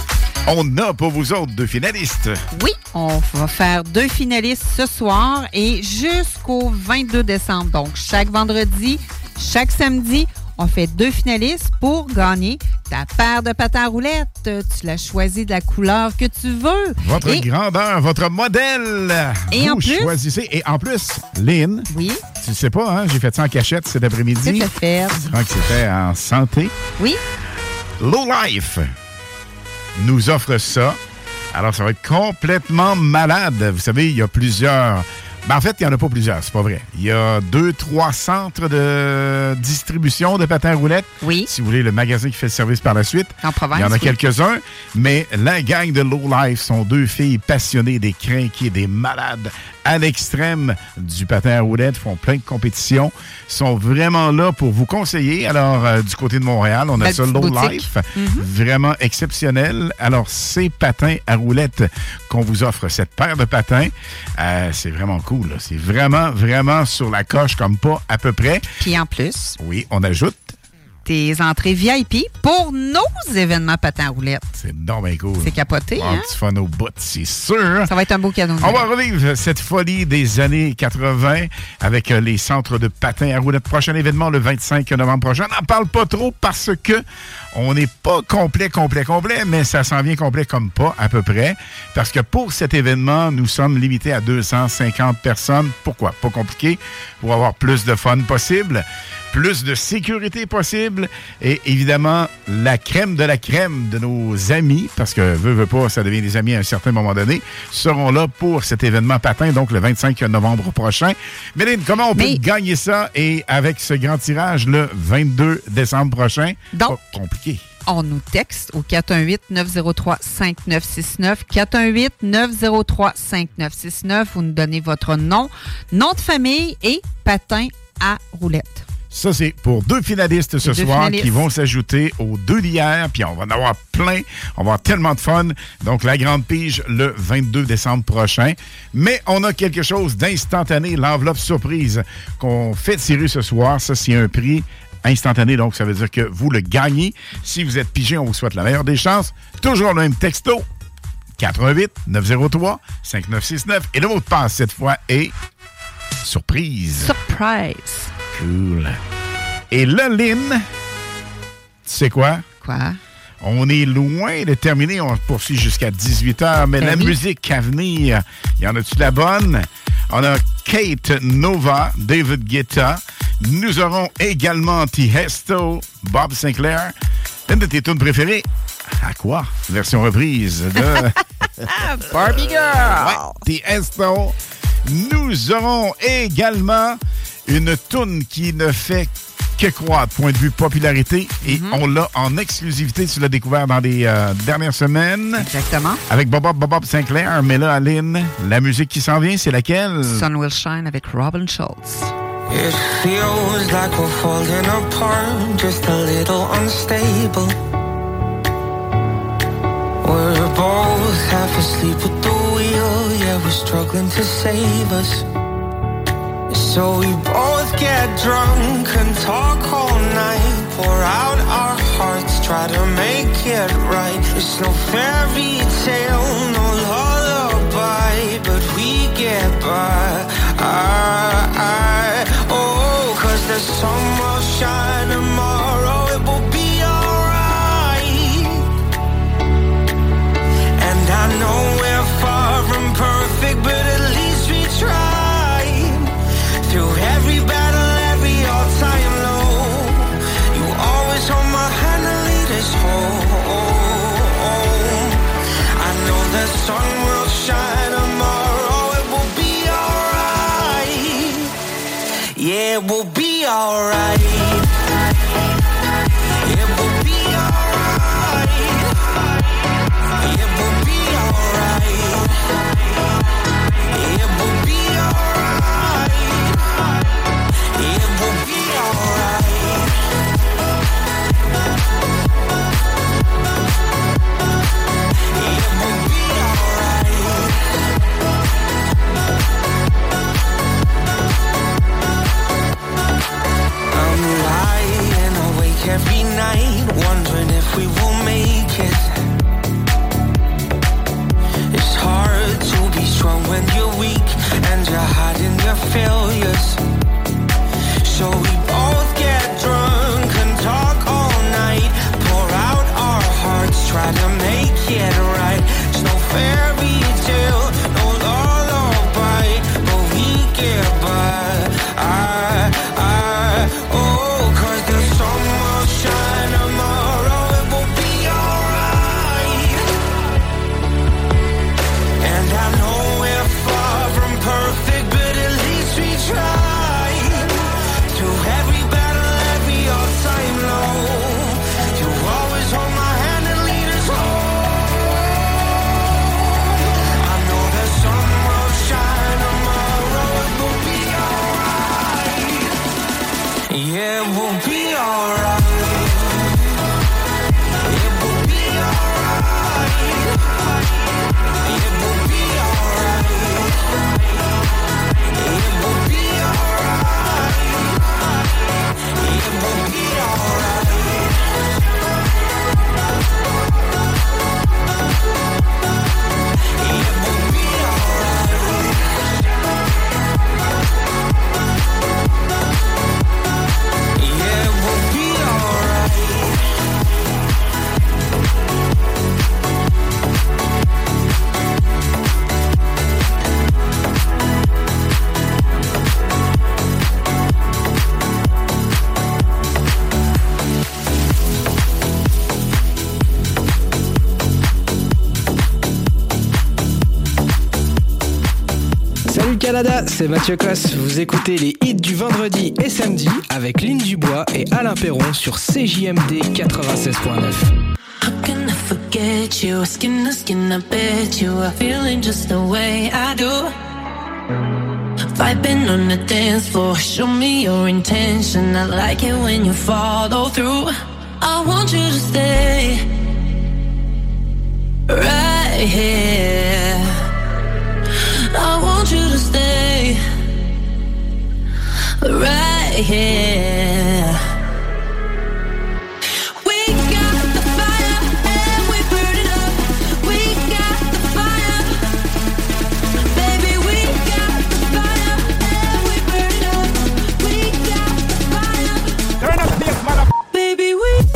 On a pour vous autres 2 finalistes. Oui, on va faire 2 finalistes ce soir et jusqu'au 22 décembre. Donc, chaque vendredi, chaque samedi, on fait 2 finalistes pour gagner ta paire de patins à roulettes. Tu l'as choisi de la couleur que tu veux. Votre grandeur, votre modèle. Et vous en plus... choisissez. Et en plus, Lynn, oui. Tu ne sais pas, hein, j'ai fait ça en cachette cet après-midi. Tout à fait. Disant que c'était en santé. Oui. Low Life nous offre ça. Alors, ça va être complètement malade. Vous savez, il y a plusieurs... Ben, en fait, il n'y en a pas plusieurs, c'est pas vrai. Il y a 2-3 centres de distribution de patins à roulettes. Oui. Si vous voulez, le magasin qui fait le service par la suite. En province, il y en a oui. quelques-uns. Mais la gang de Low Life sont 2 filles passionnées, des crinqués, des malades à l'extrême du patin à roulettes, font plein de compétitions, sont vraiment là pour vous conseiller. Alors, du côté de Montréal, on a ça, Low Life, vraiment exceptionnel. Alors, ces patins à roulettes qu'on vous offre, cette paire de patins, c'est vraiment cool. Là. C'est vraiment, vraiment sur la coche comme pas à peu près. Puis en plus... Oui, on ajoute... Tes entrées VIP pour nos événements patins à roulettes. C'est donc bien cool. C'est capoté, hein? Petit fun au bout, c'est sûr. Ça va être un beau cadeau. On va revivre cette folie des années 80 avec les centres de patins à roulettes. Prochain événement le 25 novembre prochain. On n'en parle pas trop parce que on n'est pas complet, mais ça s'en vient complet comme pas à peu près. Parce que pour cet événement, nous sommes limités à 250 personnes. Pourquoi? Pas compliqué. Pour avoir plus de fun possible. Plus de sécurité possible et évidemment la crème de nos amis, parce que veut pas, ça devient des amis à un certain moment donné, seront là pour cet événement patin, donc le 25 novembre prochain. Méline, comment on peut gagner ça et avec ce grand tirage le 22 décembre prochain? Donc, pas compliqué. On nous texte au 418-903-5969. 418-903-5969. Vous nous donnez votre nom de famille et patin à roulettes. Ça, c'est pour 2 finalistes ce soir qui vont s'ajouter aux 2 d'hier. Puis on va en avoir plein. On va avoir tellement de fun. Donc, la grande pige le 22 décembre prochain. Mais on a quelque chose d'instantané, l'enveloppe surprise qu'on fait tirer ce soir. Ça, c'est un prix instantané. Donc, ça veut dire que vous le gagnez. Si vous êtes pigé, on vous souhaite la meilleure des chances. Toujours le même texto. 418-903-5969. Et le mot de passe, cette fois, est surprise. Surprise. Cool. Et là, Lynn, tu sais quoi? Quoi? On est loin de terminer. On poursuit jusqu'à 18h, mais la musique à venir, y en a-tu de la bonne? On a Kate Nova, David Guetta. Nous aurons également Tiesto, Bob Sinclair. Une de tes tunes préférées? À quoi? Version reprise de... Barbie Girl! Ouais, Tiesto. Nous aurons également une toune qui ne fait que croître, point de vue popularité, et on l'a en exclusivité, tu l'as découvert dans les dernières semaines. Exactement. Avec Bob Sinclair, mais là, Aline, la musique qui s'en vient, c'est laquelle? Sun Will Shine avec Robin Schultz. It feels like we're falling apart, just a little unstable. We're both half asleep at the wheel, yeah, we're struggling to save us. So we both get drunk and talk all night, pour out our hearts, try to make it right. It's no fairy tale, no lullaby, but we get by. Oh, 'cause the sun will shine tomorrow, it will be alright. And I know we're far from perfect, but at least we try. Through every battle, every all-time low, you always hold my hand and lead us home. I know the sun will shine tomorrow, it will be alright. Yeah, it will be alright. It will be alright. It will be alright. It will be alright. It will be alright. It will be alright. I'm le Canada, c'est Mathieu Cosse. Vous écoutez les hits du vendredi et samedi avec Lynn Dubois et Alain Perron sur CJMD 96.9. How can I forget you? Skin to skin, I bet you are feeling just the way I do. Vibing on the dance floor, show me your intention. I like it when you follow through. I want you to stay right here. I want you to stay right here. We got the fire and we burn it up. We got the fire, baby. We got the fire and we burn it up. We got the fire. Turn up this mother, baby.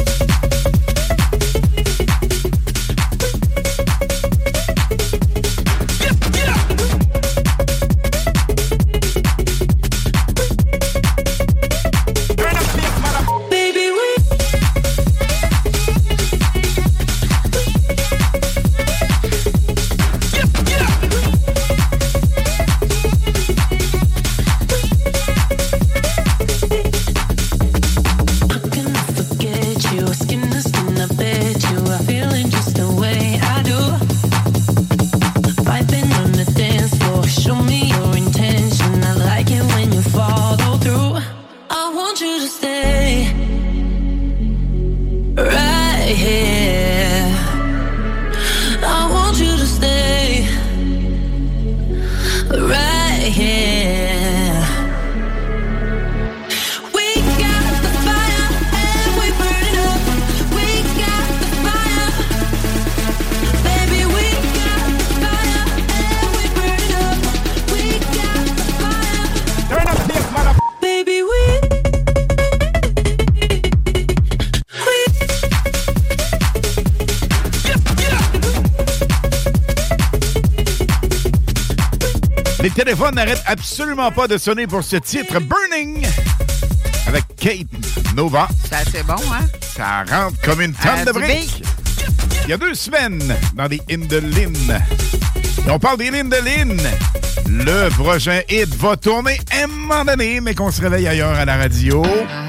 Les téléphones n'arrêtent absolument pas de sonner pour ce titre Burning avec Kate Nova. C'est assez bon, hein? Ça rentre comme une tonne de briques. Il y a 2 semaines dans les Indelines. Et on parle des Indelines. Le prochain hit va tourner à un moment donné, mais qu'on se réveille ailleurs à la radio.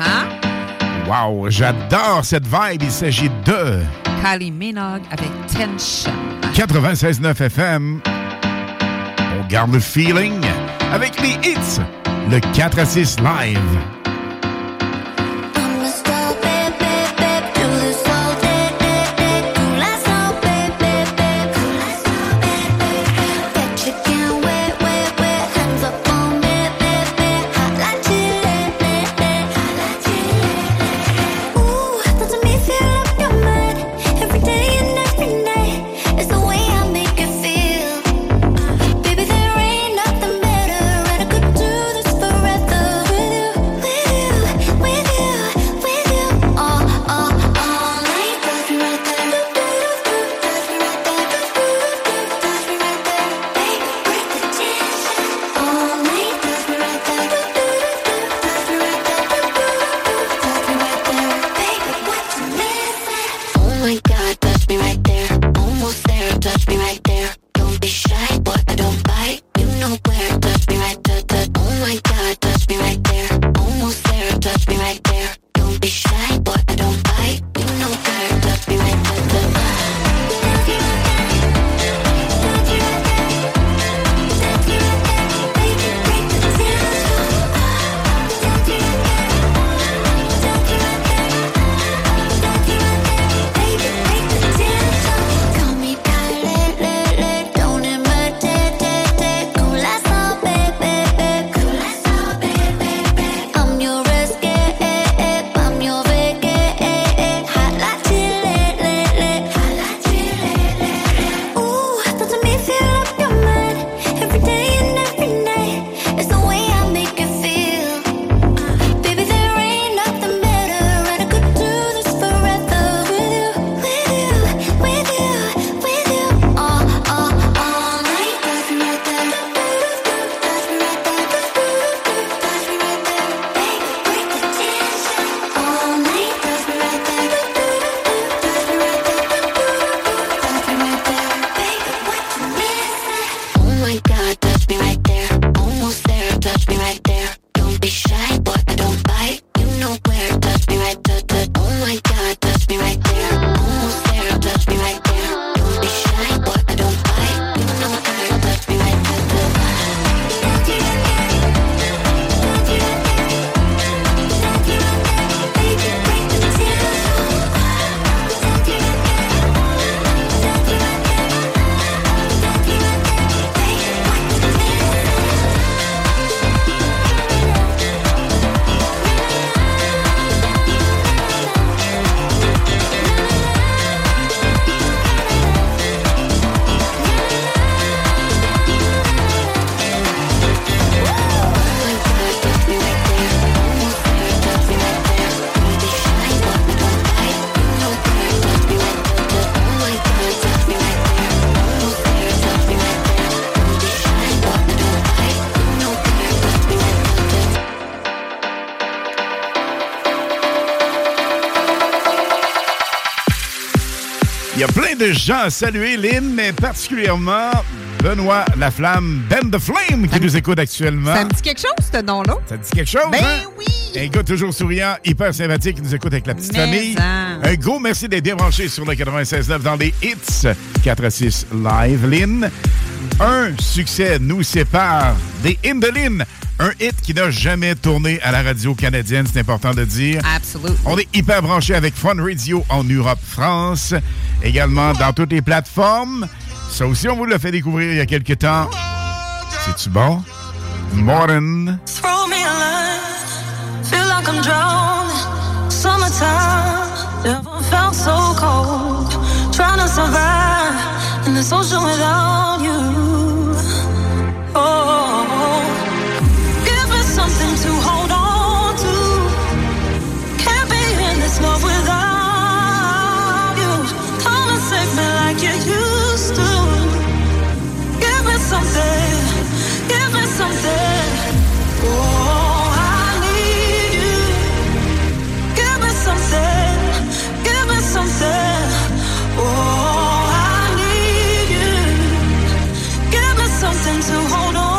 Wow, j'adore cette vibe. Il s'agit de Kylie Minogue avec Tension. 96.9 FM. On garde le feeling avec les hits. Le 4 à 6 live. Baby, there ain't nothing better, and I could do this forever with you. y a plein de gens à saluer, Lynn, mais particulièrement Benoît Laflamme, Ben the Flame, qui nous écoute actuellement. Ça me dit quelque chose, ce nom-là? Ça te dit quelque chose, Ben hein? oui! Un gars toujours souriant, hyper sympathique, qui nous écoute avec la petite famille. Un gros merci d'être bien branché sur le 96.9 dans les hits 4 à 6 live, Lynn. Un succès nous sépare des Indolines. Un hit qui n'a jamais tourné à la radio canadienne, c'est important de dire. Absolument. On est hyper branché avec Fun Radio en Europe, France. Également dans toutes les plateformes. Ça aussi, on vous l'a fait découvrir il y a quelques temps. C'est-tu bon? Modern. Throw me a line, feel like I'm drowning. Summertime, never felt so cold. Trying to survive in this ocean without you. Oh, give me something to hold on to. Can't be in this love without you. Come and save me like you used to. Give me something. Give me something. Oh, I need you. Give me something. Give me something. Oh, I need you. Give me something to hold on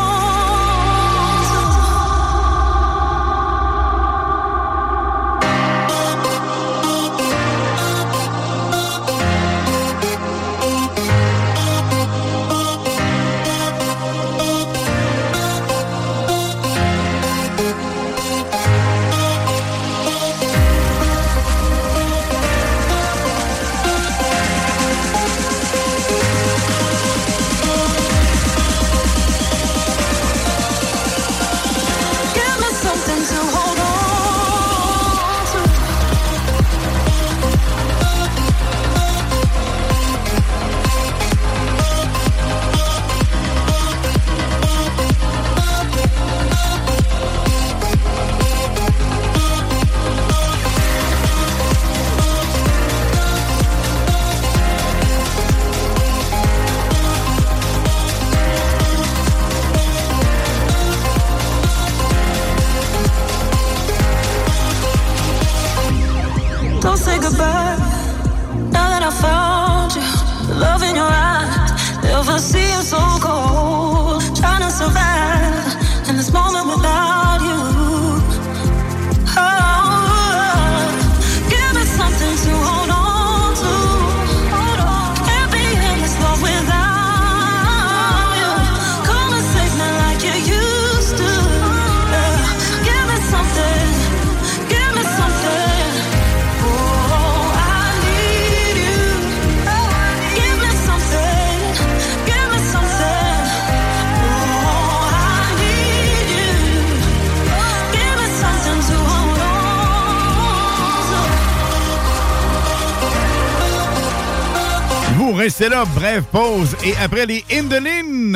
Restez là, brève pause. Et après les Indolines,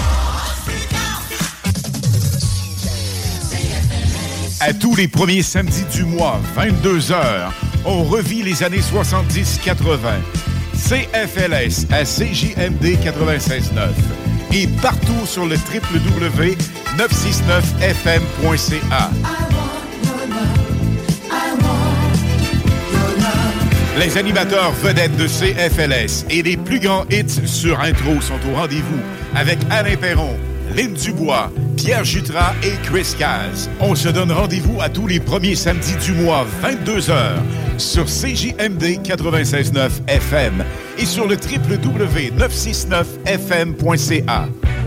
à tous les premiers samedis du mois, 22h, on revit les années 70-80. CFLS à CJMD 96.9 et partout sur le www.969fm.ca. Les animateurs vedettes de CFLS et les plus grands hits sur intro sont au rendez-vous avec Alain Perron, Lynn Dubois, Pierre Jutras et Chris Caz. On se donne rendez-vous à tous les premiers samedis du mois, 22h, sur CJMD 96.9 FM et sur le www.969fm.ca.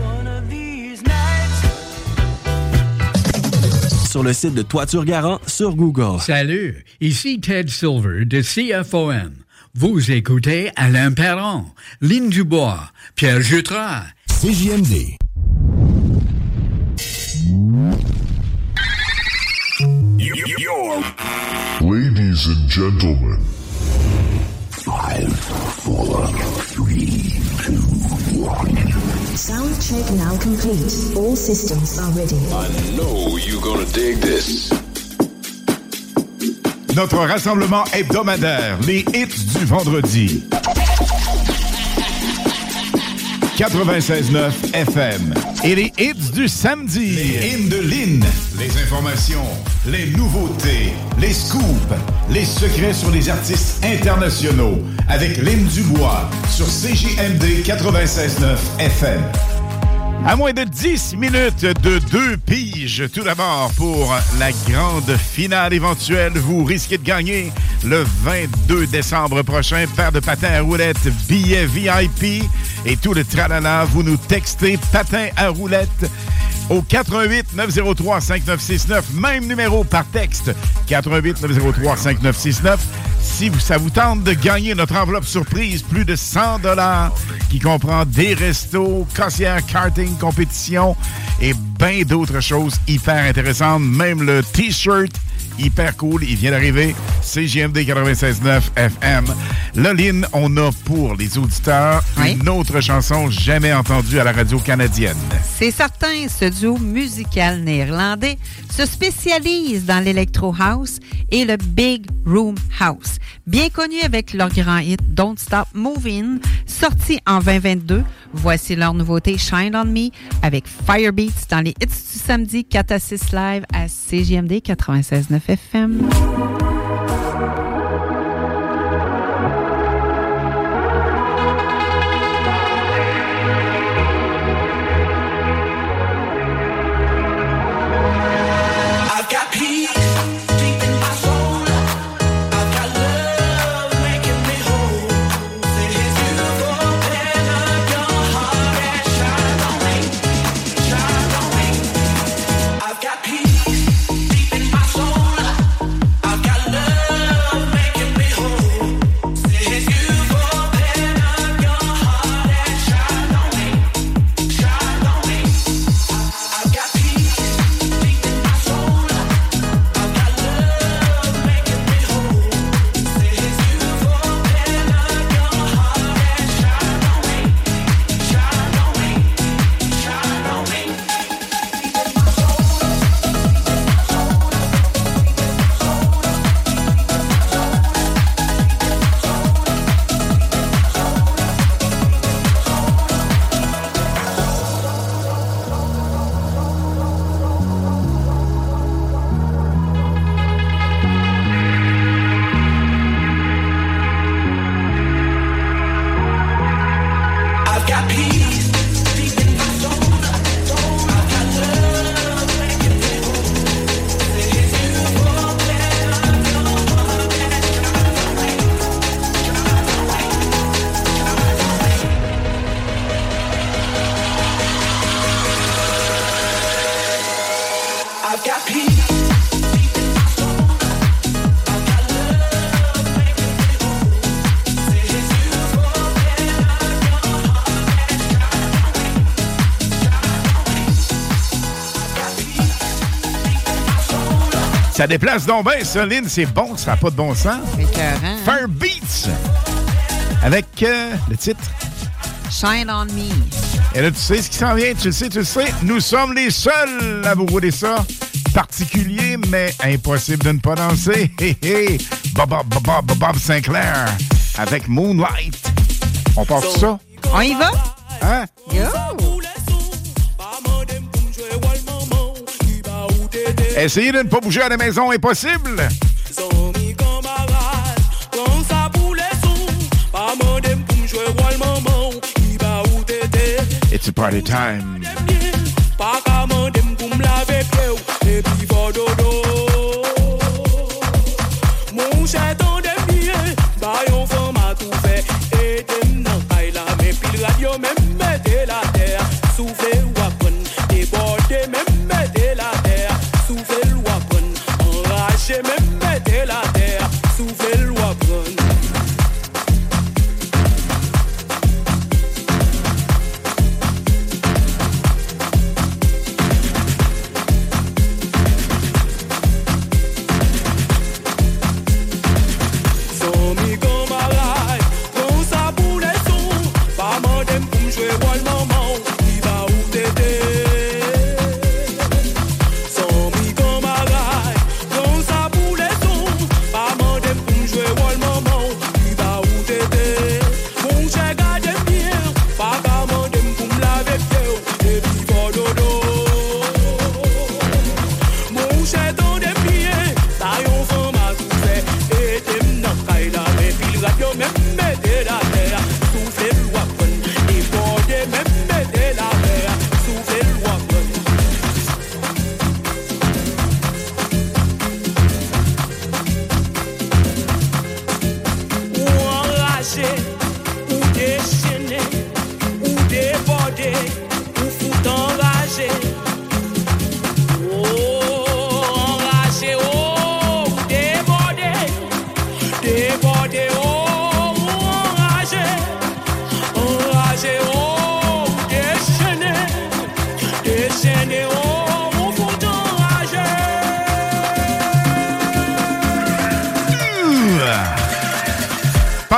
Sur le site de Toiture Garant sur Google. Salut, ici Ted Silver de CFOM. Vous écoutez Alain Perron, Lynn Dubois, Pierre Jutras. CJMD. Ladies and gentlemen. 5, 4, 3, 2, 1. Sound check now complete. All systems are ready. I know you're gonna dig this. Notre rassemblement hebdomadaire, les hits du vendredi. 96.9 FM. Et les hits du samedi. Les hymnes de Lynn. Les informations, les nouveautés, les scoops, les secrets sur les artistes internationaux. Avec Lynn Dubois sur CJMD 96.9 FM. À moins de 10 minutes de 2 piges, tout d'abord pour la grande finale éventuelle, vous risquez de gagner le 22 décembre prochain, paire de patins à roulettes, billets VIP et tout le tralala. Vous nous textez patins à roulettes au 88 903 5969, même numéro par texte, 88 903 5969. Si ça vous tente de gagner notre enveloppe surprise, plus de 100 $, qui comprend des restos, crossière, karting, compétition et bien d'autres choses hyper intéressantes. Même le T-shirt hyper cool, il vient d'arriver. CJMD 96.9 FM. Là, Lynn, on a pour les auditeurs une autre chanson jamais entendue à la radio canadienne. C'est certain, ce duo musical néerlandais se spécialise dans l'Electro House et le Big Room House. Bien connu avec leur grand hit Don't Stop Moving, sorti en 2022, voici leur nouveauté Shine On Me avec Firebeats dans les hits du samedi 4 à 6 live à CJMD 96.9 FM. Ça déplace donc bien, ça, Lynn. C'est bon, ça n'a pas de bon sens. Écœurant. Firebeats. Avec le titre Shine On Me. Et là, tu sais ce qui s'en vient. Tu le sais. Nous sommes les seuls à vous rouler ça. Particulier, mais impossible de ne pas danser. Hé, hé. Bob Sinclair avec Moonlight. On passe sur ça? On y va? Hein? Yo! Essayez de ne pas bouger à la maison, impossible! It's a party time.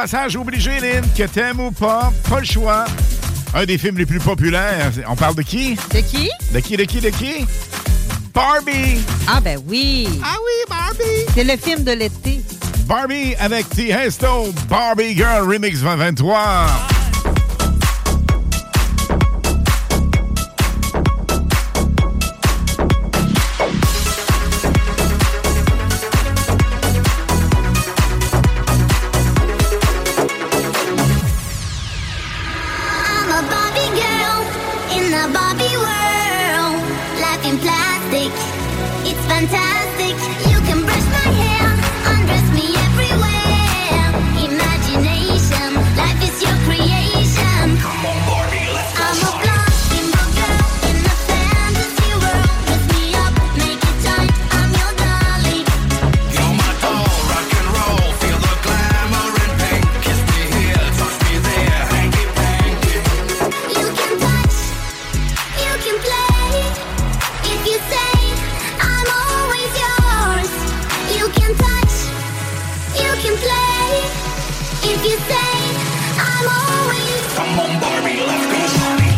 Passage obligé, Lynn, que t'aimes ou pas le choix. Un des films les plus populaires. On parle de qui? De qui? De qui? Barbie! Ah ben oui! Ah oui, Barbie! C'est le film de l'été. Barbie avec Tiesto, Barbie Girl Remix 2023. I'm a Barbie girl in the Barbie world. Life in plastic, it's fantastic. You can brush my hair, undress me everywhere. Imagination, life is your creation. Come on, Barbie, let's go. I'm a blonde single girl in a fantasy world. Dress me up, make it tight, I'm your dolly. You're my doll, rock and roll, feel the glamour and pink. Kiss me here, touch me there, hanky panky. You can touch, you can play. If you say I'm always yours, you can touch, you can play. If you say I'm always. Come on, Barbie, let's go party.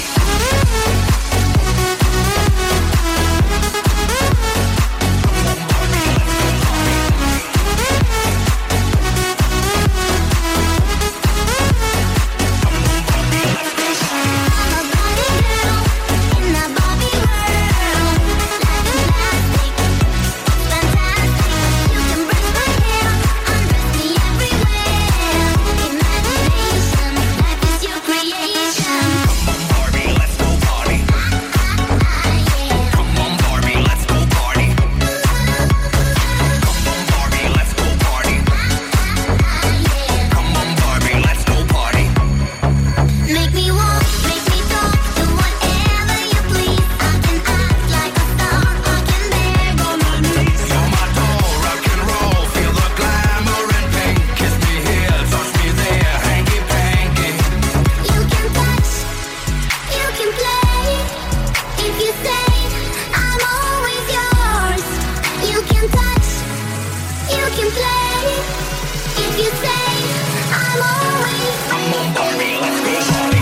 Make me walk, make me talk, do whatever you please. I can act like a star, I can beg on my knees. You're my doll, rock and roll, feel the glamour and pink. Kiss me here, touch me there, hanky panky. You can touch, you can play. If you say I'm always yours, you can touch, you can play. If you say I'm always. Come on, Barbie, let's go party.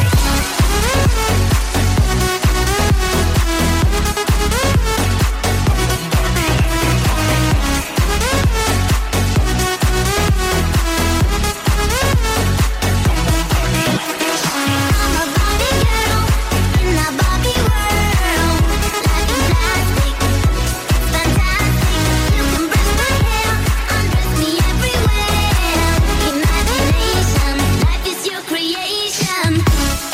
I'm a Barbie girl in the Barbie world. Life in plastic, fantastic. You can brush my hair, undress me everywhere. Imagination, life is your creation.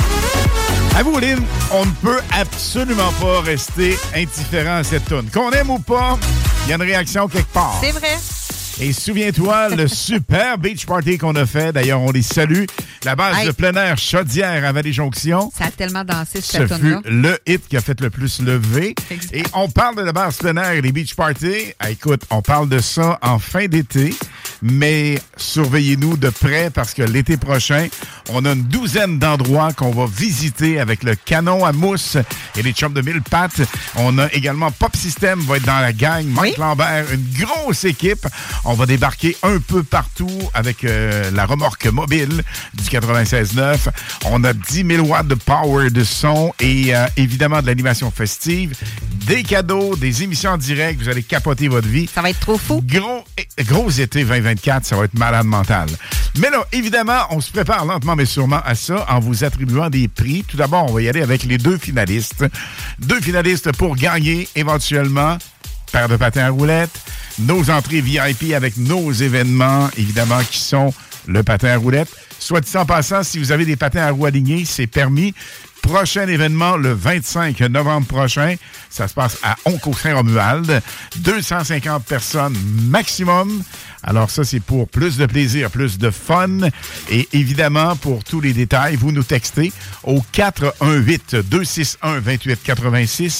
À vous, Lynn, on ne peut absolument pas rester indifférent à cette toune. Qu'on aime ou pas, il y a une réaction quelque part. C'est vrai. Et souviens-toi, le super beach party qu'on a fait, d'ailleurs, on les salue, la base de plein air Chaudière à Vallée-Jonction. Ça a tellement dansé, Ce cette fut tonne-là. le hit qui a fait le plus lever. Exact. Et on parle de la base plein air et les beach parties. Ah, écoute, on parle de ça en fin d'été, mais surveillez-nous de près parce que l'été prochain, on a une douzaine d'endroits qu'on va visiter avec le canon à mousse et les chums de mille pattes. On a également Pop System va être dans la gang. Mike Lambert, une grosse équipe. On va débarquer un peu partout avec la remorque mobile du 96.9. On a 10 000 watts de power de son et évidemment de l'animation festive. Des cadeaux, des émissions en direct. Vous allez capoter votre vie. Ça va être trop fou. Gros été 2024, ça va être malade mental. Mais là, évidemment, on se prépare lentement mais sûrement à ça en vous attribuant des prix. Tout d'abord, on va y aller avec les deux finalistes. Deux finalistes pour gagner éventuellement paire de patins à roulettes, nos entrées VIP avec nos événements, évidemment, qui sont le patin à roulettes. Soit dit en passant, si vous avez des patins à roues alignés, c'est permis. Prochain événement, le 25 novembre prochain. Ça se passe à Onco-Saint-Romuald. 250 personnes maximum. Alors ça, c'est pour plus de plaisir, plus de fun. Et évidemment, pour tous les détails, vous nous textez au 418-261-2886.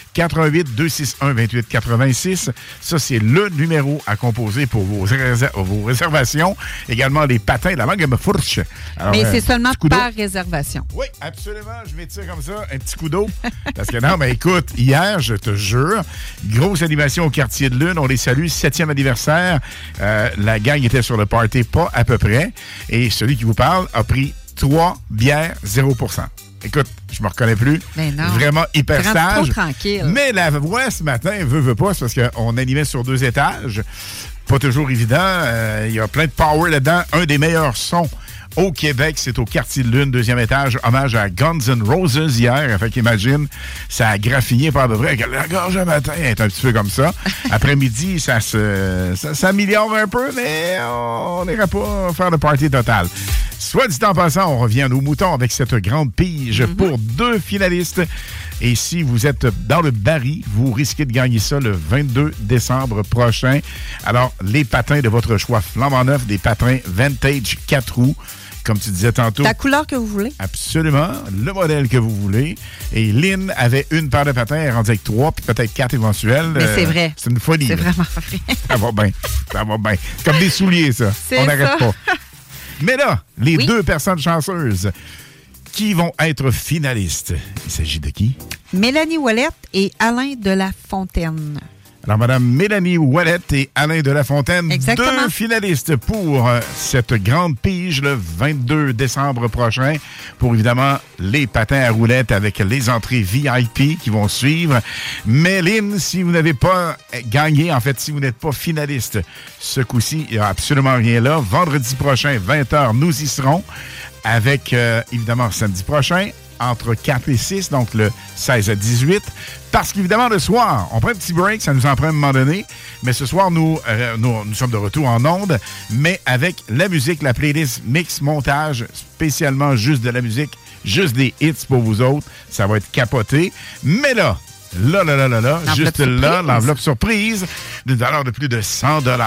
88-261-2886. Ça, c'est le numéro à composer pour vos réservations. Également, les patins, la langue me fourche. Alors, mais c'est seulement par réservation. Oui, absolument. Je m'étire comme ça, un petit coup d'eau. Parce que non, mais écoute, hier, je te jure, grosse animation au Quartier de Lune. On les salue, 7e anniversaire. La gang était sur le party, pas à peu près. Et celui qui vous parle a pris 3 bières, 0%. Écoute, je me reconnais plus. Mais non. Vraiment hyper sage. Trop tranquille. Mais la voix ce matin, veut pas, c'est parce qu'on animait sur 2 étages. Pas toujours évident. Il y a plein de power là-dedans. Un des meilleurs sons au Québec, c'est au Quartier de Lune, 2e étage. Hommage à Guns N' Roses hier. Fait qu'imagine, ça a graffiné par de vrai. La gorge à matin est un petit peu comme ça. Après-midi, ça s'améliore un peu, mais on n'ira pas faire le party total. Soit dit en passant, on revient à nos moutons avec cette grande pige pour 2 finalistes. Et si vous êtes dans le baril, vous risquez de gagner ça le 22 décembre prochain. Alors, les patins de votre choix flambant neuf, des patins vintage 4 roues, comme tu disais tantôt. La couleur que vous voulez. Absolument. Le modèle que vous voulez. Et Lynn avait une paire de patins, elle est rendue avec 3, puis peut-être 4 éventuels. Mais c'est vrai. C'est une folie. C'est là. vraiment vrai. Ça va bien. Ça va bien. C'est comme des souliers, ça. On n'arrête pas. Mais là, les 2 personnes chanceuses qui vont être finalistes. Il s'agit de qui? Mélanie Ouellette et Alain de la Fontaine. Alors, Mme Mélanie Ouellette et Alain de la Fontaine, exactement. 2 finalistes pour cette grande pige le 22 décembre prochain pour, évidemment, les patins à roulettes avec les entrées VIP qui vont suivre. Mais, Lynn, si vous n'avez pas gagné, en fait, si vous n'êtes pas finaliste, ce coup-ci, il n'y a absolument rien là. Vendredi prochain, 20h, nous y serons avec, évidemment, samedi prochain, entre 4 et 6, donc le 16 à 18. Parce qu'évidemment, le soir, on prend un petit break, ça nous en prend à un moment donné. Mais ce soir, nous sommes de retour en ondes, mais avec la musique, la playlist mix montage, spécialement juste de la musique, juste des hits pour vous autres. Ça va être capoté. Mais là, juste là, l'enveloppe surprise d'une valeur de plus de 100 $.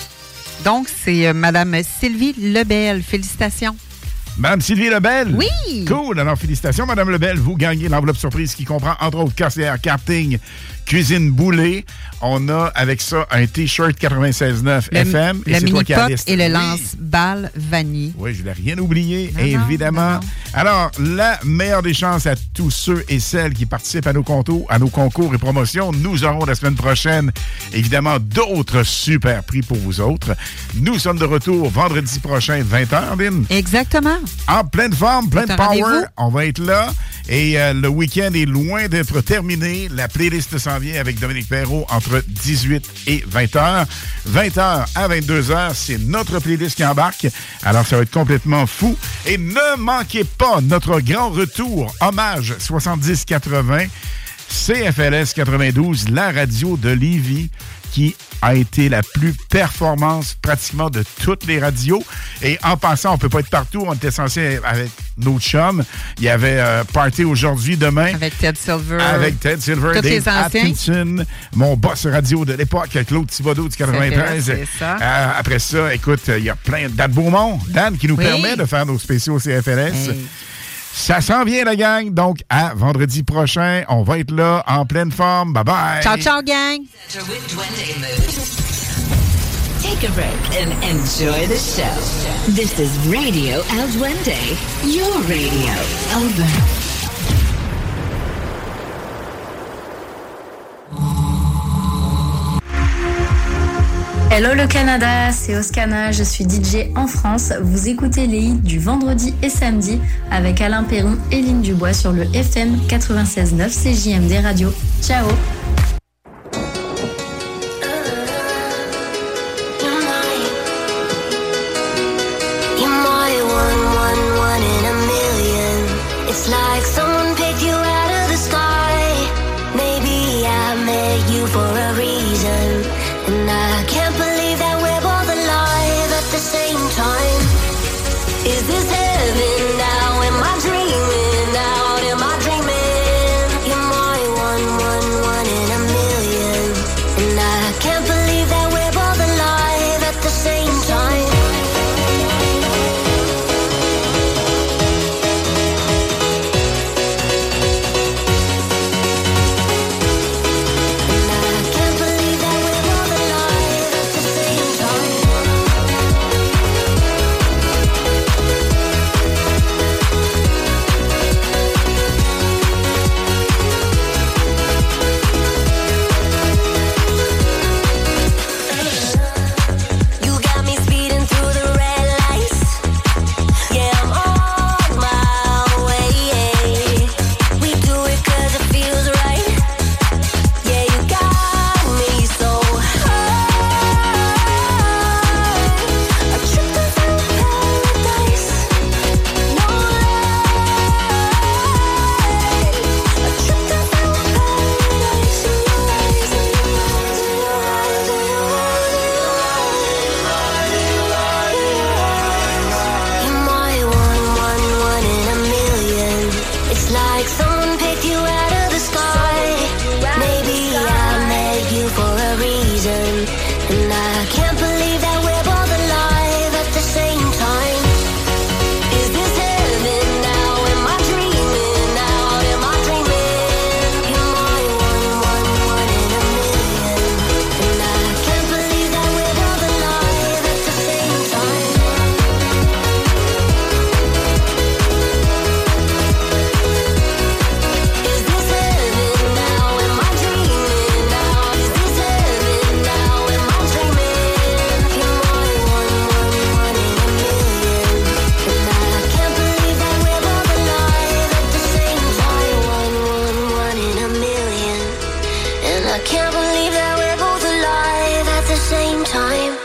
Donc, c'est Mme Sylvie Lebel. Félicitations. Mme Sylvie Lebel? Oui! Cool! Alors, félicitations, Mme Lebel. Vous gagnez l'enveloppe surprise qui comprend, entre autres, KCR Karting, Cuisine Boulée. On a, avec ça, un T-shirt 96.9 FM. Le mini-pot et le lance-balles vanille. Oui, je ne l'ai rien oublié, évidemment. Alors, la meilleure des chances à tous ceux et celles qui participent à nos concours et promotions. Nous aurons la semaine prochaine, évidemment, d'autres super prix pour vous autres. Nous sommes de retour vendredi prochain, 20h, Lynn. Exactement. En pleine forme, plein de power. On va être là. Et le week-end est loin d'être terminé. La playlist s'en vient avec Dominique Perrault entre 18 et 20h. 20h à 22h, c'est notre playlist qui embarque. Alors, ça va être complètement fou. Et ne manquez pas notre grand retour, hommage 70-80, CFLS 92, la radio de Lévis, qui a été la plus performante pratiquement de toutes les radios. Et en passant, on ne peut pas être partout. On était censé avec nos chums. Il y avait Party aujourd'hui, demain. Avec Ted Silver. Avec Ted Silver, tous Dave les anciens. Atkinson, mon boss radio de l'époque, Claude Thibodeau du 93. C'est ça. Après ça, écoute, il y a plein Dan Beaumont, Dan, qui nous permet de faire nos spéciaux CFLS. Hey. Ça s'en vient, la gang. Donc, à vendredi prochain, on va être là en pleine forme. Bye-bye. Ciao, ciao, gang. Take a break and enjoy the show. This is Radio El Duende, your radio. Over. Hello le Canada, c'est Oscana, je suis DJ en France. Vous écoutez les hits du vendredi et samedi avec Alain Perron et Lynn Dubois sur le FM 96.9 CJMD Radio. Ciao! It's like someone picked you out of the sky. Maybe I met you for a reason. And I can't believe that we're both alive at the same time. Is this heaven now? Am I dreaming out? Am I dreaming? You're my one in a million. And I can't believe that we're both alive at the same time. I can't believe that we're both alive at the same time.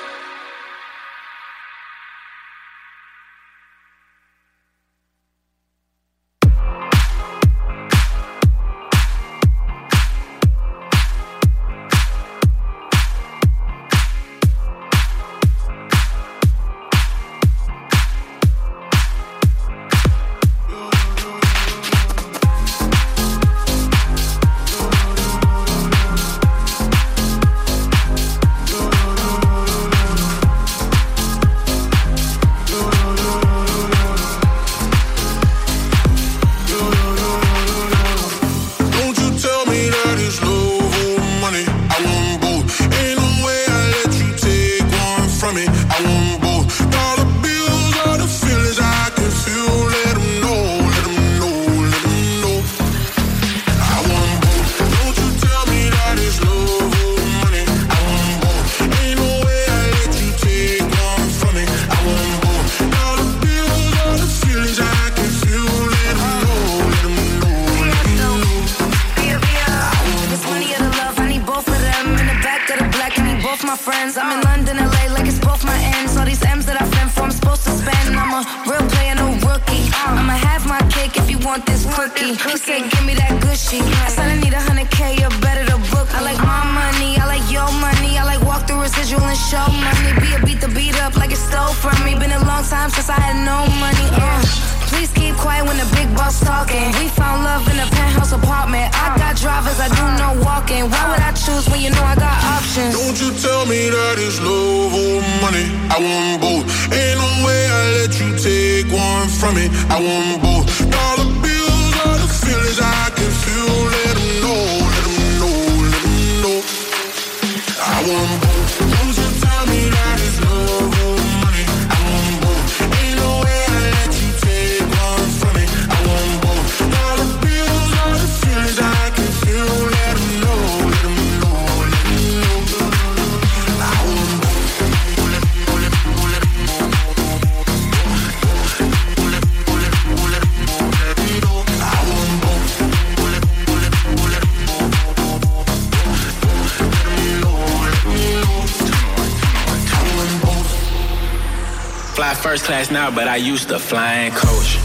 First class now, but I used to flying coach.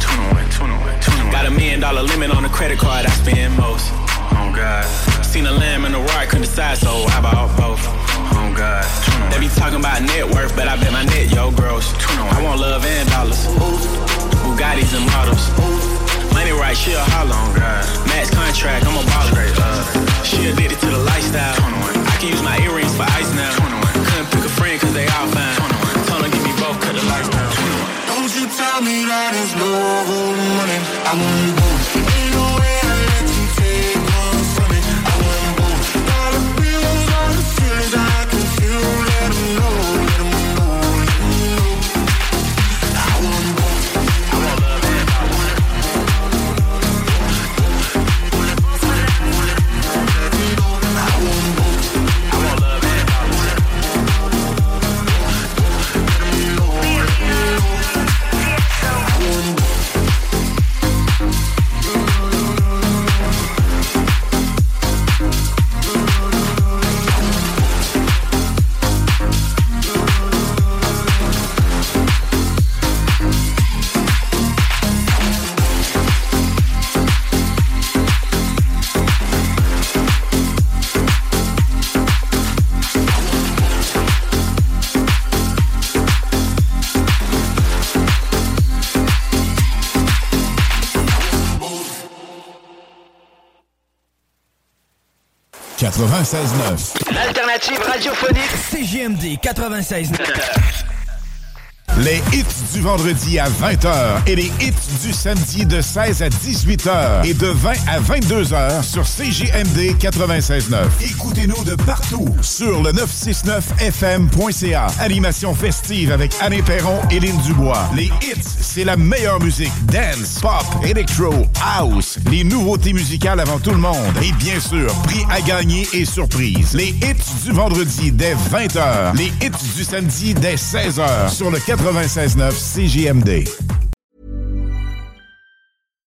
Got $1 million limit on the credit card I spend most. Oh God. Seen a lamb and a roar, couldn't decide, so I bought both. Oh God. They be talking about net worth, but I bet my net, yo, gross. I want love and dollars. Bugattis and models. Money right, she a holler. Oh God. Max contract, I'm a baller. She addicted to the lifestyle. I can use my earrings for ice now. Couldn't pick a friend cause they all fine. Told her give me both, cut the lights down. Don't you tell me that it's love or money. I want both. Ain't no way I let you take one from me. I want both. All the feels, all the feelings I can feel. Let them know, let them know, let them know. I want both. I want love and I want it. I want both. I want love and I want it. L'alternative radiophonique CJMD 96.9. Les hits du vendredi à 20h et les hits du samedi de 16 à 18h et de 20 à 22h sur CJMD 96.9. Écoutez-nous de partout sur le 969fm.ca. Animation festive avec Alain Perron et Lynn Dubois. Les hits, c'est la meilleure musique. Dance, pop, electro, house. Les nouveautés musicales avant tout le monde. Et bien sûr, prix à gagner et surprise. Les hits du vendredi dès 20h. Les hits du samedi dès 16h sur le 96.9 CJMD.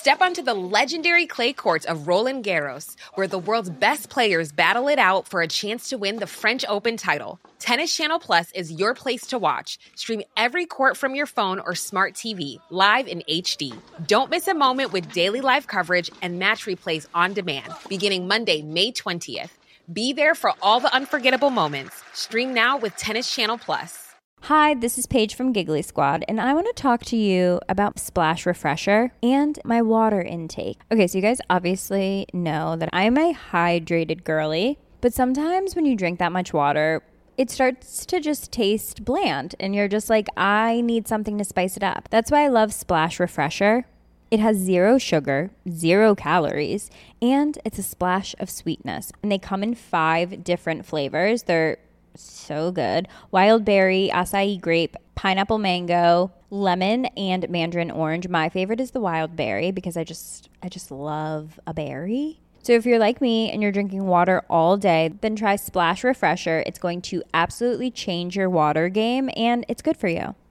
Step onto the legendary clay courts of Roland Garros, where the world's best players battle it out for a chance to win the French Open title. Tennis Channel Plus is your place to watch. Stream every court from your phone or smart TV, live in HD. Don't miss a moment with daily live coverage and match replays on demand, beginning Monday, May 20th. Be there for all the unforgettable moments. Stream now with Tennis Channel Plus. Hi, this is Paige from Giggly Squad, and I want to talk to you about Splash Refresher and my water intake. Okay, so you guys obviously know that I'm a hydrated girly, but sometimes when you drink that much water, it starts to just taste bland, and you're just like, I need something to spice it up. That's why I love Splash Refresher. It has 0 sugar, 0 calories, and it's a splash of sweetness. And they come in 5 different flavors. They're so good. Wild berry, acai grape, pineapple mango, lemon, and mandarin orange. My favorite is the wild berry because I just love a berry. So if you're like me and you're drinking water all day, then try Splash Refresher. It's going to absolutely change your water game, and it's good for you.